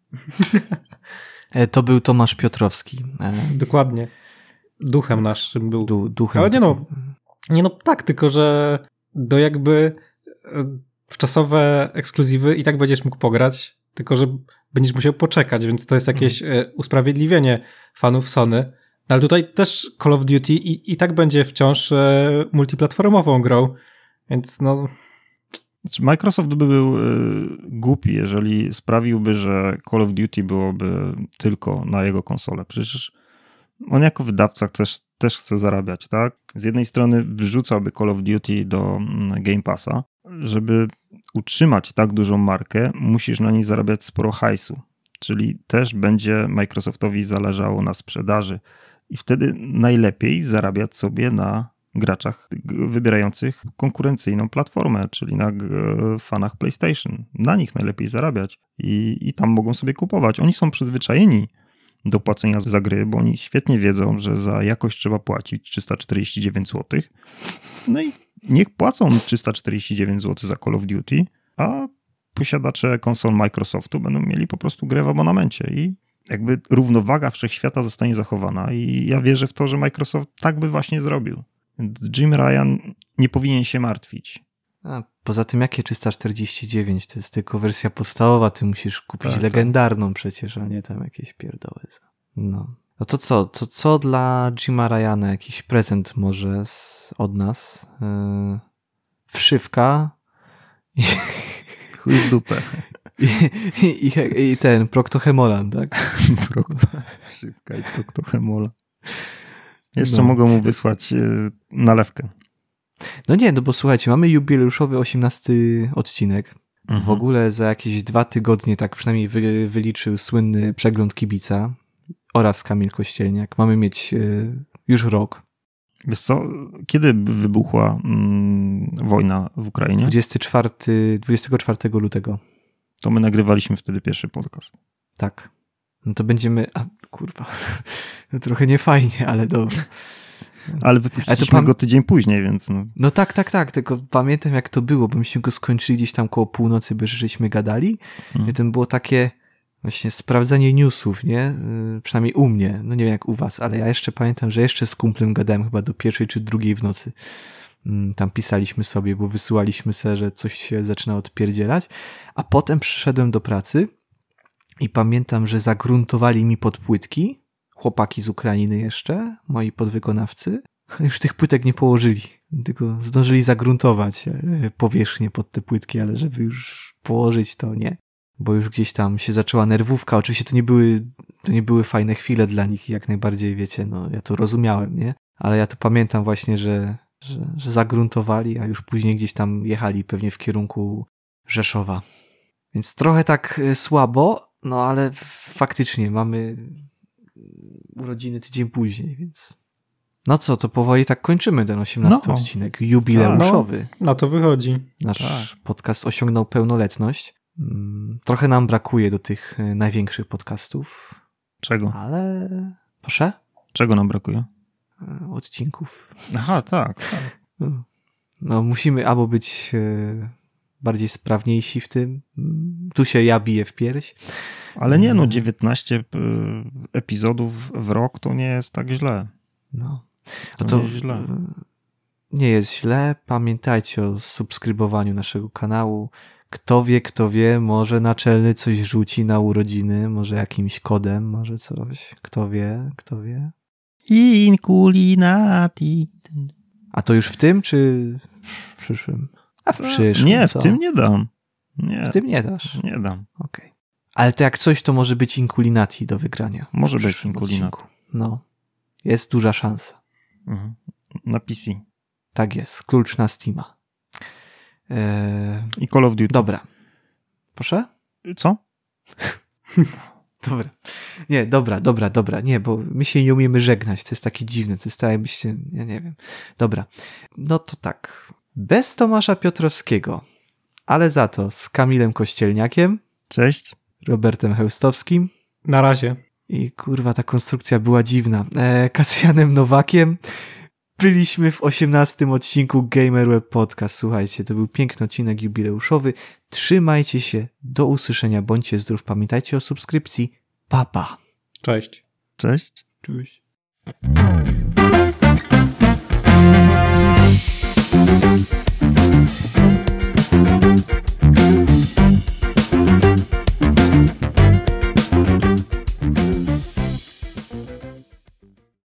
To był Tomasz Piotrowski. Dokładnie. Duchem naszym był. Duchem. Ale tak, tylko że jakby w czasowe ekskluzywy i tak będziesz mógł pograć, tylko że będziesz musiał poczekać, więc to jest jakieś usprawiedliwienie fanów Sony. Ale tutaj też Call of Duty i tak będzie wciąż multiplatformową grą, więc Microsoft by był głupi, jeżeli sprawiłby, że Call of Duty byłoby tylko na jego konsolę. Przecież on jako wydawca też chce zarabiać, tak? Z jednej strony wrzucałby Call of Duty do Game Passa. Żeby utrzymać tak dużą markę, musisz na niej zarabiać sporo hajsu. Czyli też będzie Microsoftowi zależało na sprzedaży. I wtedy najlepiej zarabiać sobie na graczach wybierających konkurencyjną platformę, czyli na fanach PlayStation. Na nich najlepiej zarabiać i tam mogą sobie kupować. Oni są przyzwyczajeni do płacenia za gry, bo oni świetnie wiedzą, że za jakość trzeba płacić 349 zł. No i niech płacą 349 zł za Call of Duty, a posiadacze konsol Microsoftu będą mieli po prostu grę w abonamencie i jakby równowaga wszechświata zostanie zachowana i ja wierzę w to, że Microsoft tak by właśnie zrobił. Jim Ryan nie powinien się martwić. A poza tym jakie 349? To jest tylko wersja podstawowa, ty musisz kupić legendarną przecież, a nie tam jakieś pierdoły. No to co dla Jima Ryana? Jakiś prezent może od nas? Wszywka chuj w dupę. I ten Proctohemolan, tak? Wszywka i Proctohemolan. Jeszcze mogę mu wysłać nalewkę. No bo słuchajcie, mamy jubileuszowy 18 odcinek. W ogóle za jakieś 2 tygodnie, tak przynajmniej wyliczył słynny przegląd kibica oraz Kamil Kościelniak. Mamy mieć już rok. Wiesz co, kiedy wybuchła wojna w Ukrainie? 24 lutego. To my nagrywaliśmy wtedy pierwszy podcast. Tak. No to będziemy... kurwa. No trochę niefajnie, ale dobra. Ale wypuściliśmy go tydzień później, więc... No tak, tylko pamiętam jak to było, bo myśmy go skończyli gdzieś tam koło północy, bo żeśmy gadali i to było takie właśnie sprawdzanie newsów, nie? Przynajmniej u mnie, no nie wiem jak u was, ale ja jeszcze pamiętam, że jeszcze z kumplem gadałem chyba do 1 czy 2 w nocy. Tam pisaliśmy sobie, bo wysyłaliśmy sobie, że coś się zaczyna odpierdzielać, a potem przyszedłem do pracy i pamiętam, że загruntowali mi podpłytki, chłopaki z Ukrainy jeszcze, moi podwykonawcy, już tych płytek nie położyli, tylko zdążyli zagruntować powierzchnię pod te płytki, ale żeby już położyć to nie, bo już gdzieś tam się zaczęła nerwówka. Oczywiście to nie były fajne chwile dla nich, jak najbardziej, wiecie, no ja to rozumiałem, nie? Ale ja to pamiętam właśnie, że zagruntowali, a już później gdzieś tam jechali pewnie w kierunku Rzeszowa. Więc trochę tak słabo, no ale faktycznie mamy urodziny tydzień później, więc... No co, to powoli tak kończymy ten 18 odcinek jubileuszowy. No to wychodzi. Nasz podcast osiągnął pełnoletność. Trochę nam brakuje do tych największych podcastów. Czego? Ale... Proszę? Czego nam brakuje? Odcinków. Aha, tak. No musimy albo być bardziej sprawniejsi w tym. Tu się ja biję w pierś. Ale nie, 19 epizodów w rok to nie jest tak źle. No. To nie jest źle. Nie jest źle. Pamiętajcie o subskrybowaniu naszego kanału. Kto wie, może naczelny coś rzuci na urodziny, może jakimś kodem, może coś. Kto wie. Inkulinati. A to już w tym, czy w przyszłym? A w przyszłym, nie, co? w tym nie dam. Nie. W tym nie dasz? Nie dam. Okej. Ale to jak coś, to może być Inkulinati do wygrania. Może być Inkulinati. No. Jest duża szansa. Mhm. Na PC. Tak jest. Klucz na Steama. I Call of Duty. Dobra. Proszę? Co? Dobra. Nie, dobra. Nie, bo my się nie umiemy żegnać. To jest takie dziwne. To jest tak jakbyście... Ja nie wiem. Dobra. No to tak. Bez Tomasza Piotrowskiego, ale za to z Kamilem Kościelniakiem. Cześć. Robertem Chełstowskim. Na razie. I kurwa, ta konstrukcja była dziwna. Kasjanem Nowakiem. Byliśmy w 18 odcinku Gamer Web Podcast. Słuchajcie, to był piękny odcinek jubileuszowy. Trzymajcie się. Do usłyszenia. Bądźcie zdrów. Pamiętajcie o subskrypcji. Pa, pa. Cześć. Cześć. Cześć.